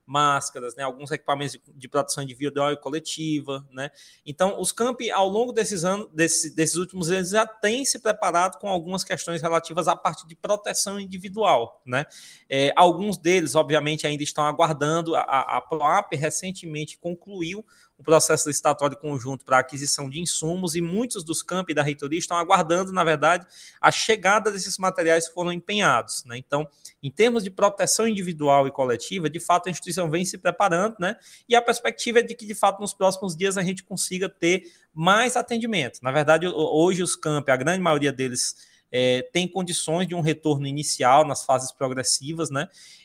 máscaras, né, alguns equipamentos de, de proteção individual e coletiva, né? Então, os campi, ao longo desses anos, desse, desses últimos anos, já têm se preparado com algumas questões relativas à parte de proteção individual, né? É, alguns deles, obviamente, ainda estão aguardando. A, a PROAP recentemente concluiu o processo licitatório conjunto para aquisição de insumos e muitos dos campi da reitoria estão aguardando, na verdade, a chegada desses materiais que foram empenhados, né? Então, em termos de proteção individual e coletiva, de fato, a instituição vem se preparando, né? E a perspectiva é de que, de fato, nos próximos dias a gente consiga ter mais atendimento. Na verdade, hoje os campi, a grande maioria deles, é, tem condições de um retorno inicial nas fases progressivas, né?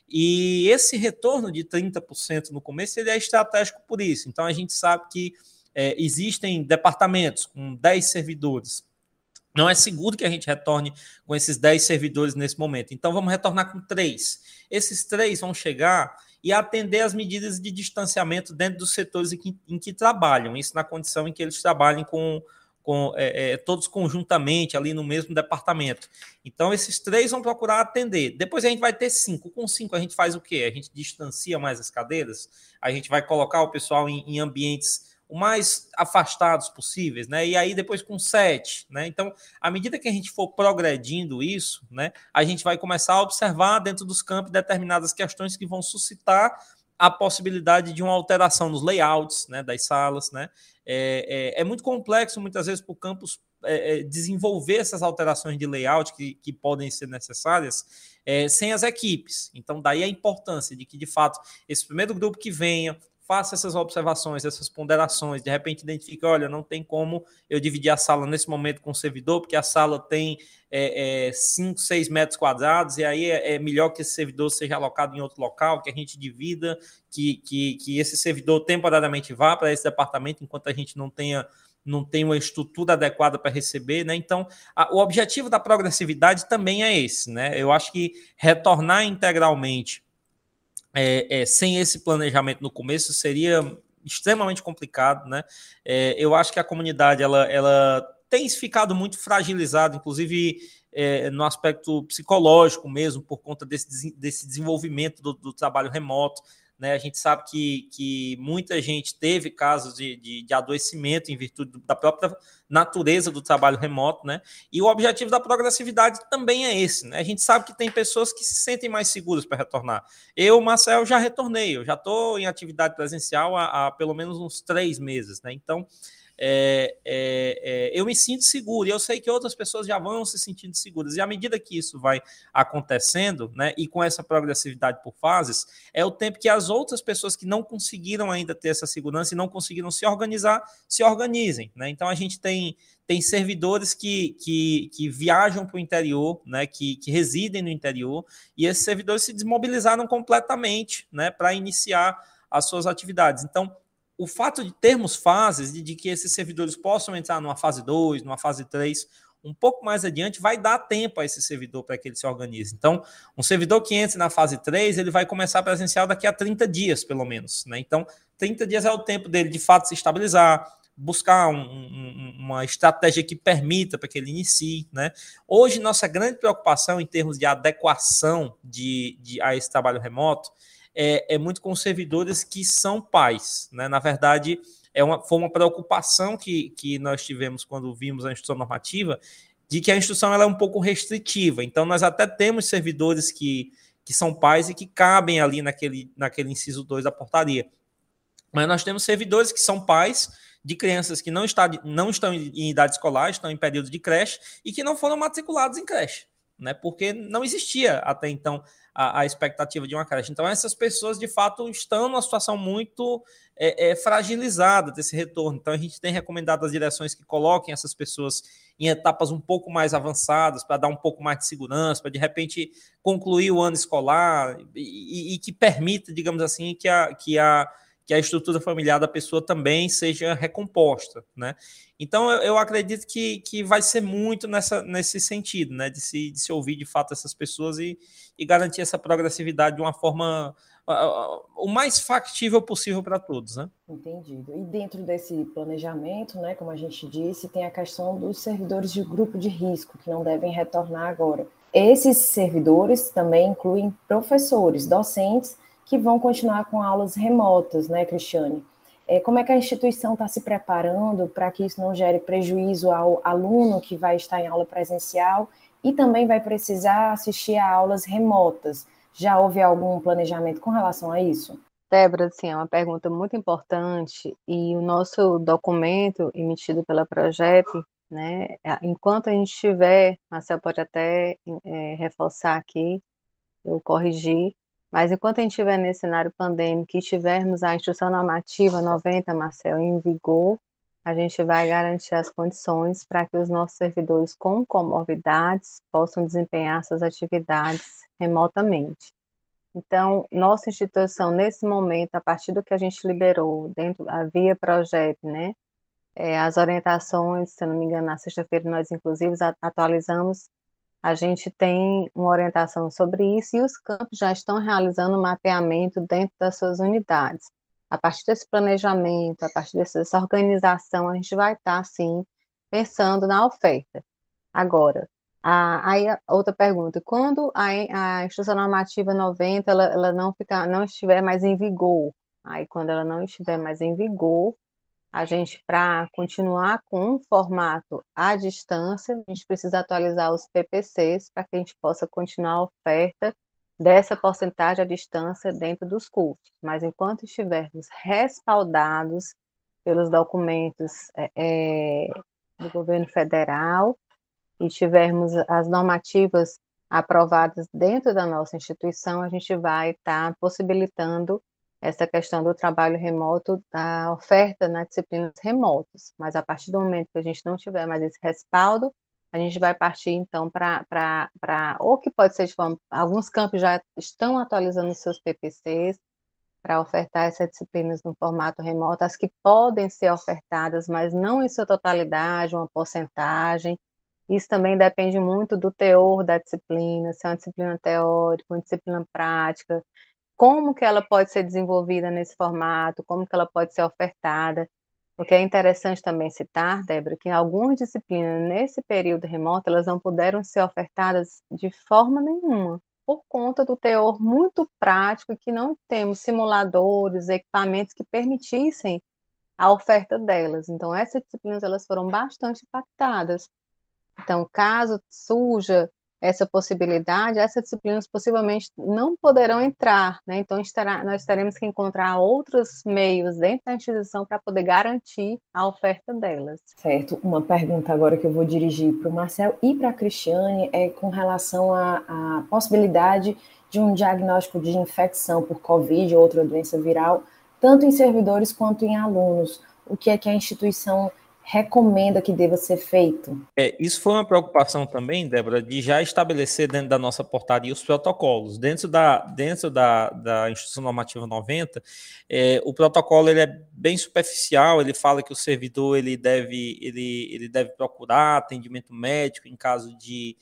E esse retorno de trinta por cento no começo ele é estratégico por isso. Então, a gente sabe que é, existem departamentos com dez servidores. Não é seguro que a gente retorne com esses dez servidores nesse momento. Então, vamos retornar com três. Esses três vão chegar e atender as medidas de distanciamento dentro dos setores em que, em que trabalham. Isso na condição em que eles trabalhem com... Com, é, é, todos conjuntamente ali no mesmo departamento. Então, esses três vão procurar atender. Depois a gente vai ter cinco. Com cinco a gente faz o quê? A gente distancia mais as cadeiras, a gente vai colocar o pessoal em, em ambientes o mais afastados possíveis, né? E aí depois com sete, né? Então, à medida que a gente for progredindo isso, né, a gente vai começar a observar dentro dos campos determinadas questões que vão suscitar a possibilidade de uma alteração nos layouts, né, das salas, né? É, é, é muito complexo, muitas vezes, para o campus é, é, desenvolver essas alterações de layout que, que podem ser necessárias é, sem as equipes. Então, daí a importância de que, de fato, esse primeiro grupo que venha, faça essas observações, essas ponderações, de repente identifica, olha, não tem como eu dividir a sala nesse momento com o servidor, porque a sala tem é, é, cinco, seis metros quadrados, e aí é, é melhor que esse servidor seja alocado em outro local, que a gente divida, que, que, que esse servidor temporariamente vá para esse departamento, enquanto a gente não tenha, não tem uma estrutura adequada para receber, né? Então, a, o objetivo da progressividade também é esse, né? Eu acho que retornar integralmente É, é, sem esse planejamento no começo seria extremamente complicado, né? É, eu acho que a comunidade ela, ela tem ficado muito fragilizada, inclusive é, no aspecto psicológico mesmo, por conta desse, desse desenvolvimento do, do trabalho remoto, né? A gente sabe que, que muita gente teve casos de, de, de adoecimento em virtude da própria natureza do trabalho remoto, né? E o objetivo da progressividade também é esse, né? A gente sabe que tem pessoas que se sentem mais seguras para retornar. Eu, Marcel, já retornei, eu já estou em atividade presencial há, há pelo menos uns três meses, né? Então, É, é, é, eu me sinto seguro, e eu sei que outras pessoas já vão se sentindo seguras, e à medida que isso vai acontecendo, né, e com essa progressividade por fases, é o tempo que as outras pessoas que não conseguiram ainda ter essa segurança e não conseguiram se organizar, se organizem, né? Então a gente tem, tem servidores que, que, que viajam para o interior, né, que, que residem no interior, e esses servidores se desmobilizaram completamente, né, para iniciar as suas atividades. Então, o fato de termos fases, de, de que esses servidores possam entrar numa fase dois, numa fase três, um pouco mais adiante, vai dar tempo a esse servidor para que ele se organize. Então, um servidor que entre na fase três, ele vai começar presencial daqui a trinta dias, pelo menos, né? Então, trinta dias é o tempo dele, de fato, se estabilizar, buscar um, um, uma estratégia que permita para que ele inicie, né? Hoje, nossa grande preocupação em termos de adequação de, de, a esse trabalho remoto É, é muito com os servidores que são pais, né? Na verdade, é uma, foi uma preocupação que, que nós tivemos quando vimos a instrução normativa, de que a instrução ela é um pouco restritiva. Então, nós até temos servidores que, que são pais e que cabem ali naquele, naquele inciso dois da portaria. Mas nós temos servidores que são pais de crianças que não, está, não estão em idade escolar, estão em período de creche e que não foram matriculados em creche, né? Porque não existia até então a, a expectativa de uma creche. Então, essas pessoas, de fato, estão numa situação muito é, é, fragilizada desse retorno. Então, a gente tem recomendado às direções que coloquem essas pessoas em etapas um pouco mais avançadas, para dar um pouco mais de segurança, para, de repente, concluir o ano escolar e, e, e que permita, digamos assim, que a, que a que a estrutura familiar da pessoa também seja recomposta, né? Então, eu, eu acredito que, que vai ser muito nessa, nesse sentido, né? De se, de se ouvir, de fato, essas pessoas e, e garantir essa progressividade de uma forma uh, uh, o mais factível possível para todos, né? Entendido. E dentro desse planejamento, né, como a gente disse, tem a questão dos servidores de grupo de risco, que não devem retornar agora. Esses servidores também incluem professores, docentes, que vão continuar com aulas remotas, né, Cristiane? É, como é que a instituição está se preparando para que isso não gere prejuízo ao aluno que vai estar em aula presencial e também vai precisar assistir a aulas remotas? Já houve algum planejamento com relação a isso? Débora, assim, é uma pergunta muito importante e o nosso documento emitido pela Progep, né, enquanto a gente tiver, Marcel pode até é, reforçar aqui, eu corrigi, mas enquanto a gente estiver nesse cenário pandêmico e tivermos a Instrução Normativa noventa, Marcel, em vigor, a gente vai garantir as condições para que os nossos servidores com comorbidades possam desempenhar suas atividades remotamente. Então, nossa instituição, nesse momento, a partir do que a gente liberou, dentro da via Progep, né, é, as orientações, se eu não me engano, na sexta-feira nós, inclusive, atualizamos, a gente tem uma orientação sobre isso e os campos já estão realizando um mapeamento dentro das suas unidades. A partir desse planejamento, a partir dessa organização, a gente vai estar, sim, pensando na oferta. Agora, a, aí outra pergunta, quando a, a Instrução Normativa noventa, ela, ela não, ficar, não estiver mais em vigor, aí quando ela não estiver mais em vigor, a gente, para continuar com um formato à distância, a gente precisa atualizar os P P Cs para que a gente possa continuar a oferta dessa porcentagem à distância dentro dos cursos. Mas enquanto estivermos respaldados pelos documentos é, é, do governo federal e tivermos as normativas aprovadas dentro da nossa instituição, a gente vai estar tá possibilitando essa questão do trabalho remoto, da oferta nas disciplinas remotas. Mas a partir do momento que a gente não tiver mais esse respaldo, a gente vai partir, então, para, ou que pode ser de forma, alguns campos já estão atualizando os seus P P Cs para ofertar essas disciplinas no formato remoto, as que podem ser ofertadas, mas não em sua totalidade, uma porcentagem. Isso também depende muito do teor da disciplina, se é uma disciplina teórica, uma disciplina prática, como que ela pode ser desenvolvida nesse formato, como que ela pode ser ofertada, porque é interessante também citar, Débora, que algumas disciplinas nesse período remoto, elas não puderam ser ofertadas de forma nenhuma, por conta do teor muito prático e que não temos simuladores, equipamentos que permitissem a oferta delas. Então, essas disciplinas, elas foram bastante impactadas. Então, caso surja essa possibilidade, essas disciplinas possivelmente não poderão entrar, né? Então estará, nós teremos que encontrar outros meios dentro da instituição para poder garantir a oferta delas. Certo. Uma pergunta agora que eu vou dirigir para o Marcel e para a Cristiane é com relação à, à possibilidade de um diagnóstico de infecção por Covid ou outra doença viral, tanto em servidores quanto em alunos. O que é que a instituição recomenda que deva ser feito? É, isso foi uma preocupação também, Débora, de já estabelecer dentro da nossa portaria os protocolos. Dentro da, dentro da, da Instrução Normativa noventa, é, o protocolo ele é bem superficial, ele fala que o servidor ele deve, ele, ele deve procurar atendimento médico em caso de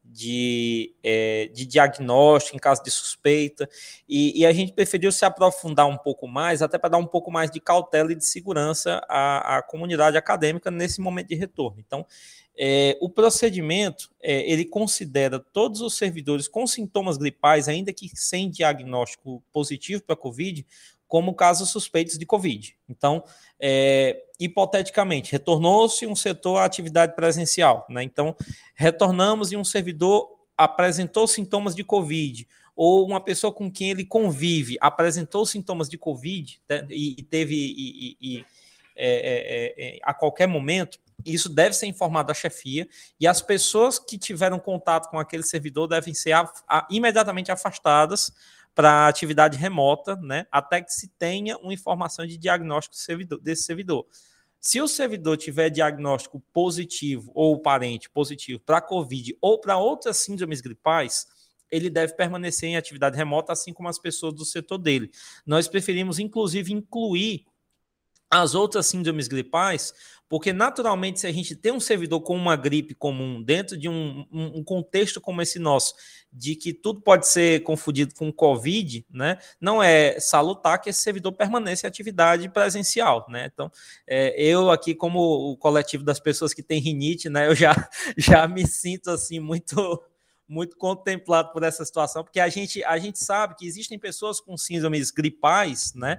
De, é, de diagnóstico, em caso de suspeita, e, e a gente preferiu se aprofundar um pouco mais, até para dar um pouco mais de cautela e de segurança à, à comunidade acadêmica nesse momento de retorno. Então, é, o procedimento, é, ele considera todos os servidores com sintomas gripais, ainda que sem diagnóstico positivo para a Covid, como casos suspeitos de Covid. Então, é, hipoteticamente, retornou-se um setor à atividade presencial, né? Então, retornamos e um servidor apresentou sintomas de Covid, ou uma pessoa com quem ele convive apresentou sintomas de Covid, né? e, e teve e, e, é, é, é, a qualquer momento, isso deve ser informado à chefia, e as pessoas que tiveram contato com aquele servidor devem ser a, a, imediatamente afastadas para a atividade remota, né, até que se tenha uma informação de diagnóstico servidor, desse servidor. Se o servidor tiver diagnóstico positivo ou parente positivo para Covid ou para outras síndromes gripais, ele deve permanecer em atividade remota, assim como as pessoas do setor dele. Nós preferimos, inclusive, incluir as outras síndromes gripais, porque naturalmente se a gente tem um servidor com uma gripe comum dentro de um, um, um contexto como esse nosso, de que tudo pode ser confundido com Covid, né, não é salutar que esse servidor permaneça em atividade presencial, né? Então, é, eu aqui como o coletivo das pessoas que têm rinite, né, eu já, já me sinto assim muito... muito contemplado por essa situação, porque a gente, a gente sabe que existem pessoas com síndromes gripais, né?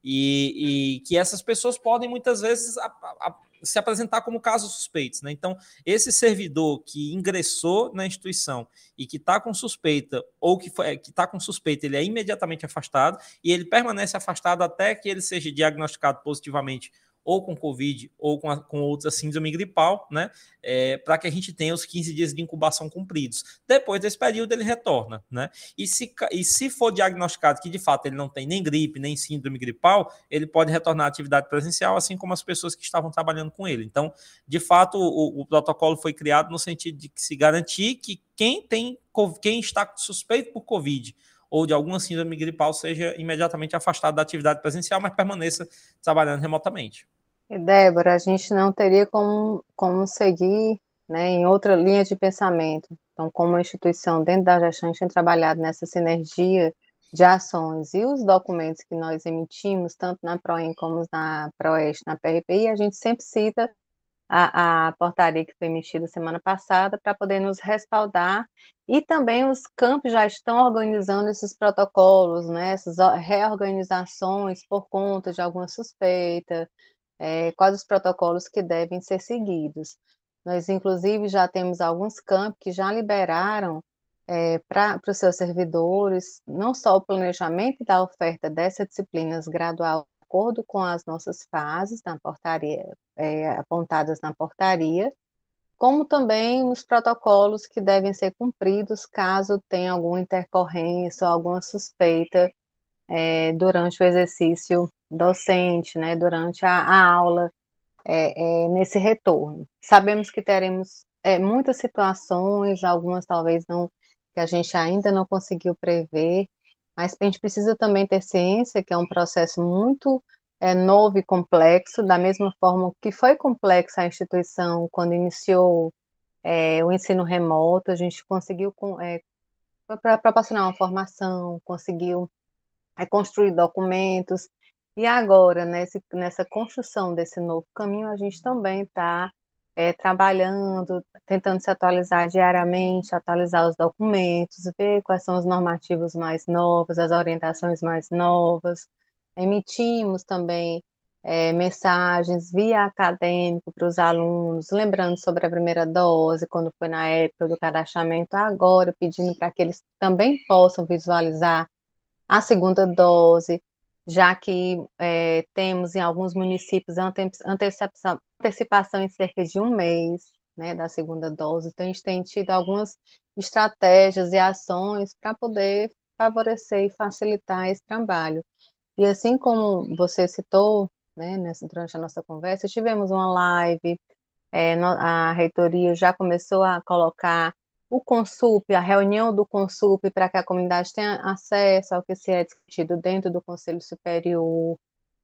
E, e que essas pessoas podem muitas vezes a, a, se apresentar como casos suspeitos, né? Então, esse servidor que ingressou na instituição e que está com suspeita, ou que está com suspeita, ele é imediatamente afastado e ele permanece afastado até que ele seja diagnosticado positivamente ou com Covid, ou com, a, com outra síndrome gripal, né? É, para que a gente tenha os quinze dias de incubação cumpridos. Depois desse período, ele retorna, né? E se, e se for diagnosticado que, de fato, ele não tem nem gripe, nem síndrome gripal, ele pode retornar à atividade presencial, assim como as pessoas que estavam trabalhando com ele. Então, de fato, o, o protocolo foi criado no sentido de se garantir que quem, tem, quem está suspeito por Covid ou de alguma síndrome gripal seja imediatamente afastado da atividade presencial, mas permaneça trabalhando remotamente. E, Débora, a gente não teria como, como seguir, né, em outra linha de pensamento. Então, como a instituição dentro da gestão, a gente tem trabalhado nessa sinergia de ações e os documentos que nós emitimos, tanto na PROEM como na PROEST, na P R P I, a gente sempre cita a, a portaria que foi emitida semana passada para poder nos respaldar, e também os campos já estão organizando esses protocolos, né, essas reorganizações por conta de alguma suspeita, é, quais os protocolos que devem ser seguidos. Nós, inclusive, já temos alguns campos que já liberaram é, para os seus servidores, não só o planejamento da oferta dessas disciplinas gradual, de acordo com as nossas fases na portaria, é, apontadas na portaria, como também os protocolos que devem ser cumpridos caso tenha alguma intercorrência ou alguma suspeita é, durante o exercício docente, né, durante a, a aula, é, é, nesse retorno. Sabemos que teremos é, muitas situações, algumas talvez não, que a gente ainda não conseguiu prever, mas a gente precisa também ter ciência que é um processo muito é, novo e complexo, da mesma forma que foi complexa a instituição quando iniciou é, o ensino remoto, a gente conseguiu é, para proporcionar uma formação, conseguiu é, construir documentos, e agora, nesse, nessa construção desse novo caminho, a gente também está é, trabalhando, tentando se atualizar diariamente, atualizar os documentos, ver quais são os normativos mais novos, as orientações mais novas. Emitimos também é, mensagens via acadêmico para os alunos, lembrando sobre a primeira dose, quando foi na época do cadastramento, agora pedindo para que eles também possam visualizar a segunda dose, já que é, temos em alguns municípios antecipação, antecipação em cerca de um mês, né, da segunda dose. Então, a gente tem tido algumas estratégias e ações para poder favorecer e facilitar esse trabalho. E assim como você citou, né, nessa, durante a nossa conversa, tivemos uma live, é, a reitoria já começou a colocar o Consup, a reunião do Consup, para que a comunidade tenha acesso ao que se é discutido dentro do Conselho Superior.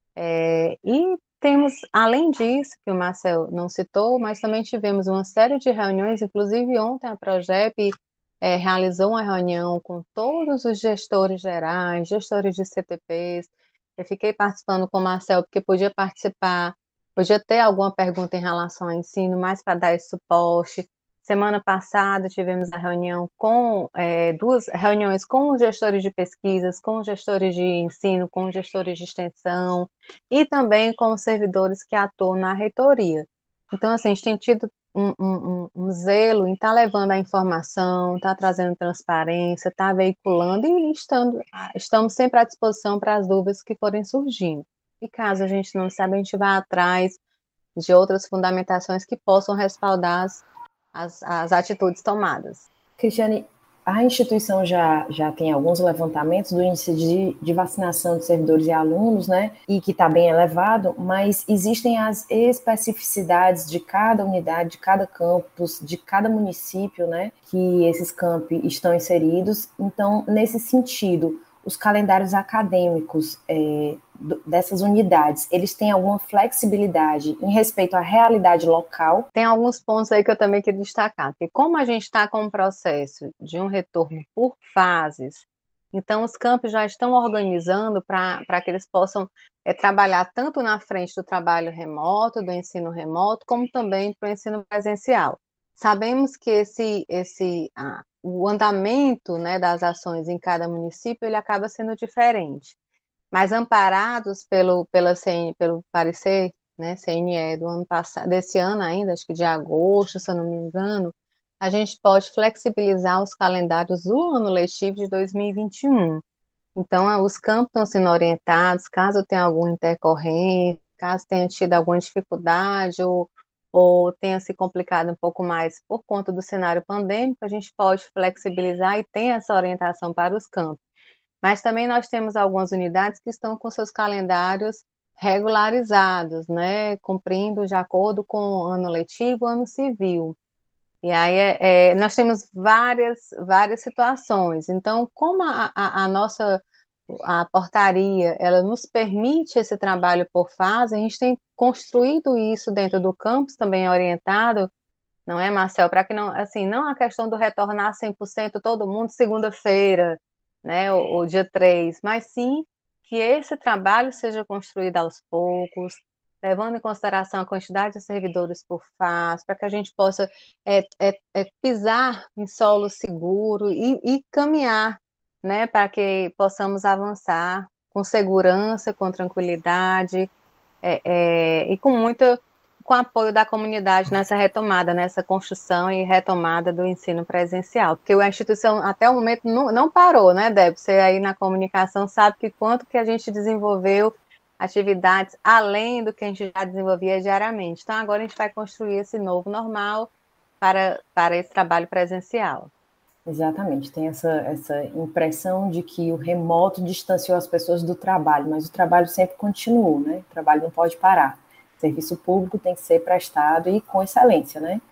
É, e temos, além disso, que o Marcel não citou, mas também tivemos uma série de reuniões, inclusive ontem a Progep é, realizou uma reunião com todos os gestores gerais, gestores de C T Ps. Eu fiquei participando com o Marcel, porque podia participar, podia ter alguma pergunta em relação ao ensino, mais para dar esse suporte. Semana passada tivemos a reunião com, é, duas reuniões com os gestores de pesquisas, com os gestores de ensino, com os gestores de extensão e também com os servidores que atuam na reitoria. Então, assim, a gente tem tido um, um, um zelo em estar tá levando a informação, estar tá trazendo transparência, estar tá veiculando e estando, estamos sempre à disposição para as dúvidas que forem surgindo. E caso a gente não saiba, a gente vai atrás de outras fundamentações que possam respaldar as As, as atitudes tomadas. Cristiane, a instituição já, já tem alguns levantamentos do índice de, de vacinação de servidores e alunos, né, e que está bem elevado, mas existem as especificidades de cada unidade, de cada campus, de cada município, né, que esses campi estão inseridos. Então, nesse sentido, os calendários acadêmicos é, dessas unidades, eles têm alguma flexibilidade em respeito à realidade local? Tem alguns pontos aí que eu também queria destacar, porque como a gente está com um processo de um retorno por fases, então os campos já estão organizando para que eles possam é, trabalhar tanto na frente do trabalho remoto, do ensino remoto, como também para o ensino presencial. Sabemos que esse, esse, ah, o andamento, né, das ações em cada município ele acaba sendo diferente. Mas amparados pelo, pela C N, pelo parecer, né, C N E do ano passado, desse ano ainda, acho que de agosto, se eu não me engano, a gente pode flexibilizar os calendários do ano letivo de dois mil e vinte e um. Então, os campos estão sendo orientados, caso tenha alguma intercorrência, caso tenha tido alguma dificuldade ou, ou tenha se complicado um pouco mais por conta do cenário pandêmico, a gente pode flexibilizar e tem essa orientação para os campos. Mas também nós temos algumas unidades que estão com seus calendários regularizados, né, cumprindo de acordo com o ano letivo, ano civil. E aí é, é, nós temos várias, várias situações. Então, como a, a, a nossa a portaria, ela nos permite esse trabalho por fase, a gente tem construído isso dentro do campus, também orientado, não é, Marcel? Para que não, assim, não a questão do retornar cem por cento todo mundo segunda-feira, né, ou, ou dia três, mas sim que esse trabalho seja construído aos poucos, levando em consideração a quantidade de servidores por fase, para que a gente possa é, é, é, pisar em solo seguro e, e caminhar, né, para que possamos avançar com segurança, com tranquilidade é, é, e com muito com apoio da comunidade nessa retomada, nessa construção e retomada do ensino presencial, porque a instituição até o momento não, não parou, né, Débora? Você aí na comunicação sabe que quanto que a gente desenvolveu atividades além do que a gente já desenvolvia diariamente. Então, agora a gente vai construir esse novo normal para, para esse trabalho presencial. Exatamente, tem essa, essa impressão de que o remoto distanciou as pessoas do trabalho, mas o trabalho sempre continuou, né? O trabalho não pode parar. O serviço público tem que ser prestado e com excelência, né?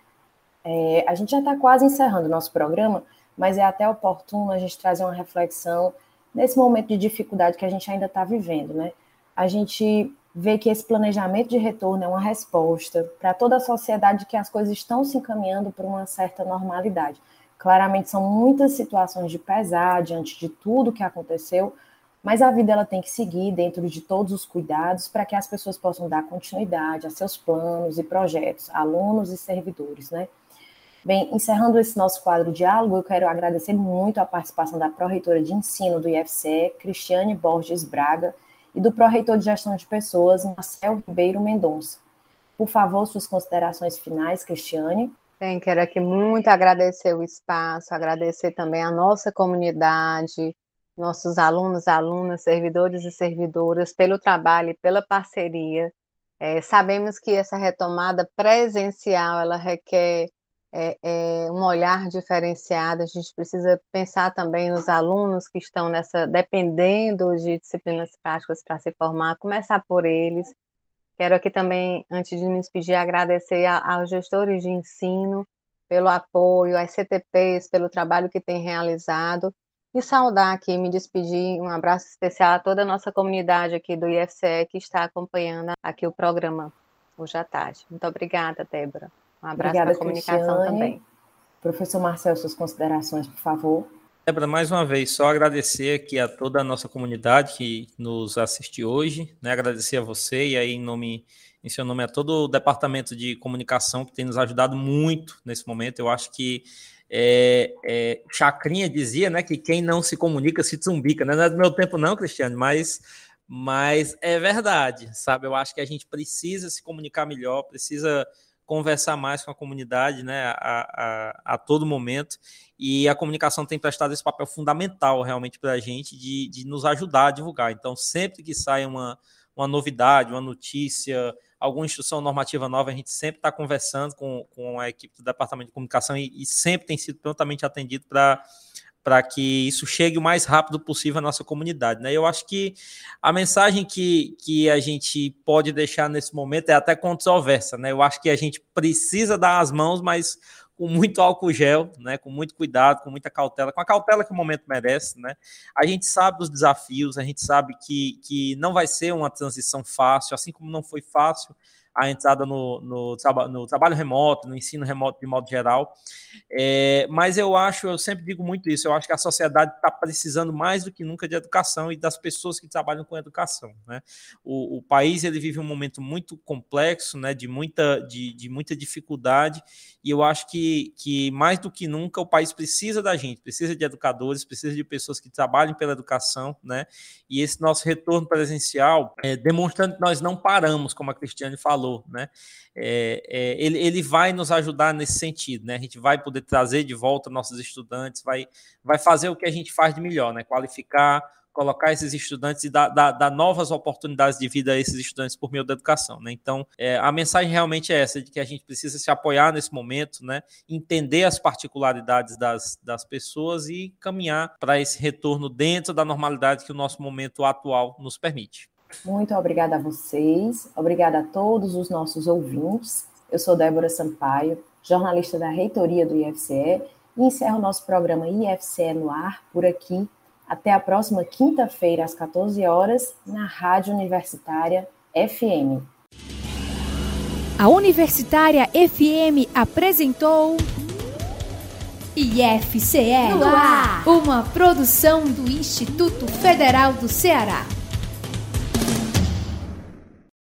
É, a gente já está quase encerrando o nosso programa, mas é até oportuno a gente trazer uma reflexão nesse momento de dificuldade que a gente ainda está vivendo, né? A gente vê que esse planejamento de retorno é uma resposta para toda a sociedade que as coisas estão se encaminhando para uma certa normalidade. Claramente são muitas situações de pesar diante de tudo que aconteceu, mas a vida ela tem que seguir dentro de todos os cuidados para que as pessoas possam dar continuidade a seus planos e projetos, alunos e servidores, né? Bem, encerrando esse nosso quadro diálogo, eu quero agradecer muito a participação da pró-reitora de ensino do I F C E, Cristiane Borges Braga, e do pró-reitor de gestão de pessoas, Marcel Ribeiro Mendonça. Por favor, suas considerações finais, Cristiane. Bem, quero aqui muito agradecer o espaço, agradecer também a nossa comunidade, nossos alunos, alunas, servidores e servidoras, pelo trabalho e pela parceria. É, sabemos que essa retomada presencial, ela requer é, é, um olhar diferenciado, a gente precisa pensar também nos alunos que estão nessa, dependendo de disciplinas práticas para se formar, começar por eles. Quero aqui também, antes de me despedir, agradecer a, aos gestores de ensino pelo apoio, às C T Ps pelo trabalho que têm realizado, e saudar aqui, me despedir, um abraço especial a toda a nossa comunidade aqui do I F C E que está acompanhando aqui o programa hoje à tarde. Muito obrigada, Débora. Um abraço para a comunicação Cristiane. também. Professor Marcel, suas considerações, por favor. Débora, mais uma vez, só agradecer aqui a toda a nossa comunidade que nos assiste hoje, né? Agradecer a você e aí em nome, em seu nome a todo o departamento de comunicação que tem nos ajudado muito nesse momento. Eu acho que é, é, Chacrinha dizia, né, que quem não se comunica se tzumbica, né? Não é do meu tempo não, Cristiane, mas, mas é verdade, sabe? Eu acho que a gente precisa se comunicar melhor, precisa conversar mais com a comunidade, né, a, a, a todo momento, e a comunicação tem prestado esse papel fundamental realmente para a gente de, de nos ajudar a divulgar. Então, sempre que sai uma, uma novidade, uma notícia, alguma instrução normativa nova, a gente sempre está conversando com, com a equipe do Departamento de Comunicação e, e sempre tem sido prontamente atendido para para que isso chegue o mais rápido possível à nossa comunidade, né? Eu acho que a mensagem que, que a gente pode deixar nesse momento é até controversa, né? Eu acho que a gente precisa dar as mãos, mas com muito álcool gel, né? Com muito cuidado, com muita cautela, com a cautela que o momento merece, né? A gente sabe dos desafios, a gente sabe que, que não vai ser uma transição fácil, assim como não foi fácil a entrada no, no, traba, no trabalho remoto, no ensino remoto de modo geral. É, mas eu acho, eu sempre digo muito isso, eu acho que a sociedade está precisando mais do que nunca de educação e das pessoas que trabalham com educação, né? O, o país ele vive um momento muito complexo, né, de, muita, de, de muita dificuldade, e eu acho que, que mais do que nunca o país precisa da gente, precisa de educadores, precisa de pessoas que trabalhem pela educação, né? E esse nosso retorno presencial, é, demonstrando que nós não paramos, como a Cristiane falou, né? É, é, ele, ele vai nos ajudar nesse sentido, né? A gente vai poder trazer de volta nossos estudantes, vai, vai fazer o que a gente faz de melhor, né? Qualificar, colocar esses estudantes e dar, dar, dar novas oportunidades de vida a esses estudantes por meio da educação, né? Então, é, a mensagem realmente é essa, de que a gente precisa se apoiar nesse momento, né? Entender as particularidades das, das pessoas e caminhar para esse retorno dentro da normalidade que o nosso momento atual nos permite. Muito obrigada a vocês, obrigada a todos os nossos ouvintes. Eu sou Débora Sampaio, jornalista da reitoria do I F C E, e encerro o nosso programa I F C E no ar por aqui. Até a próxima quinta-feira, às quatorze horas, na Rádio Universitária F M. A Universitária F M apresentou I F C E no ar, uma produção do Instituto Federal do Ceará.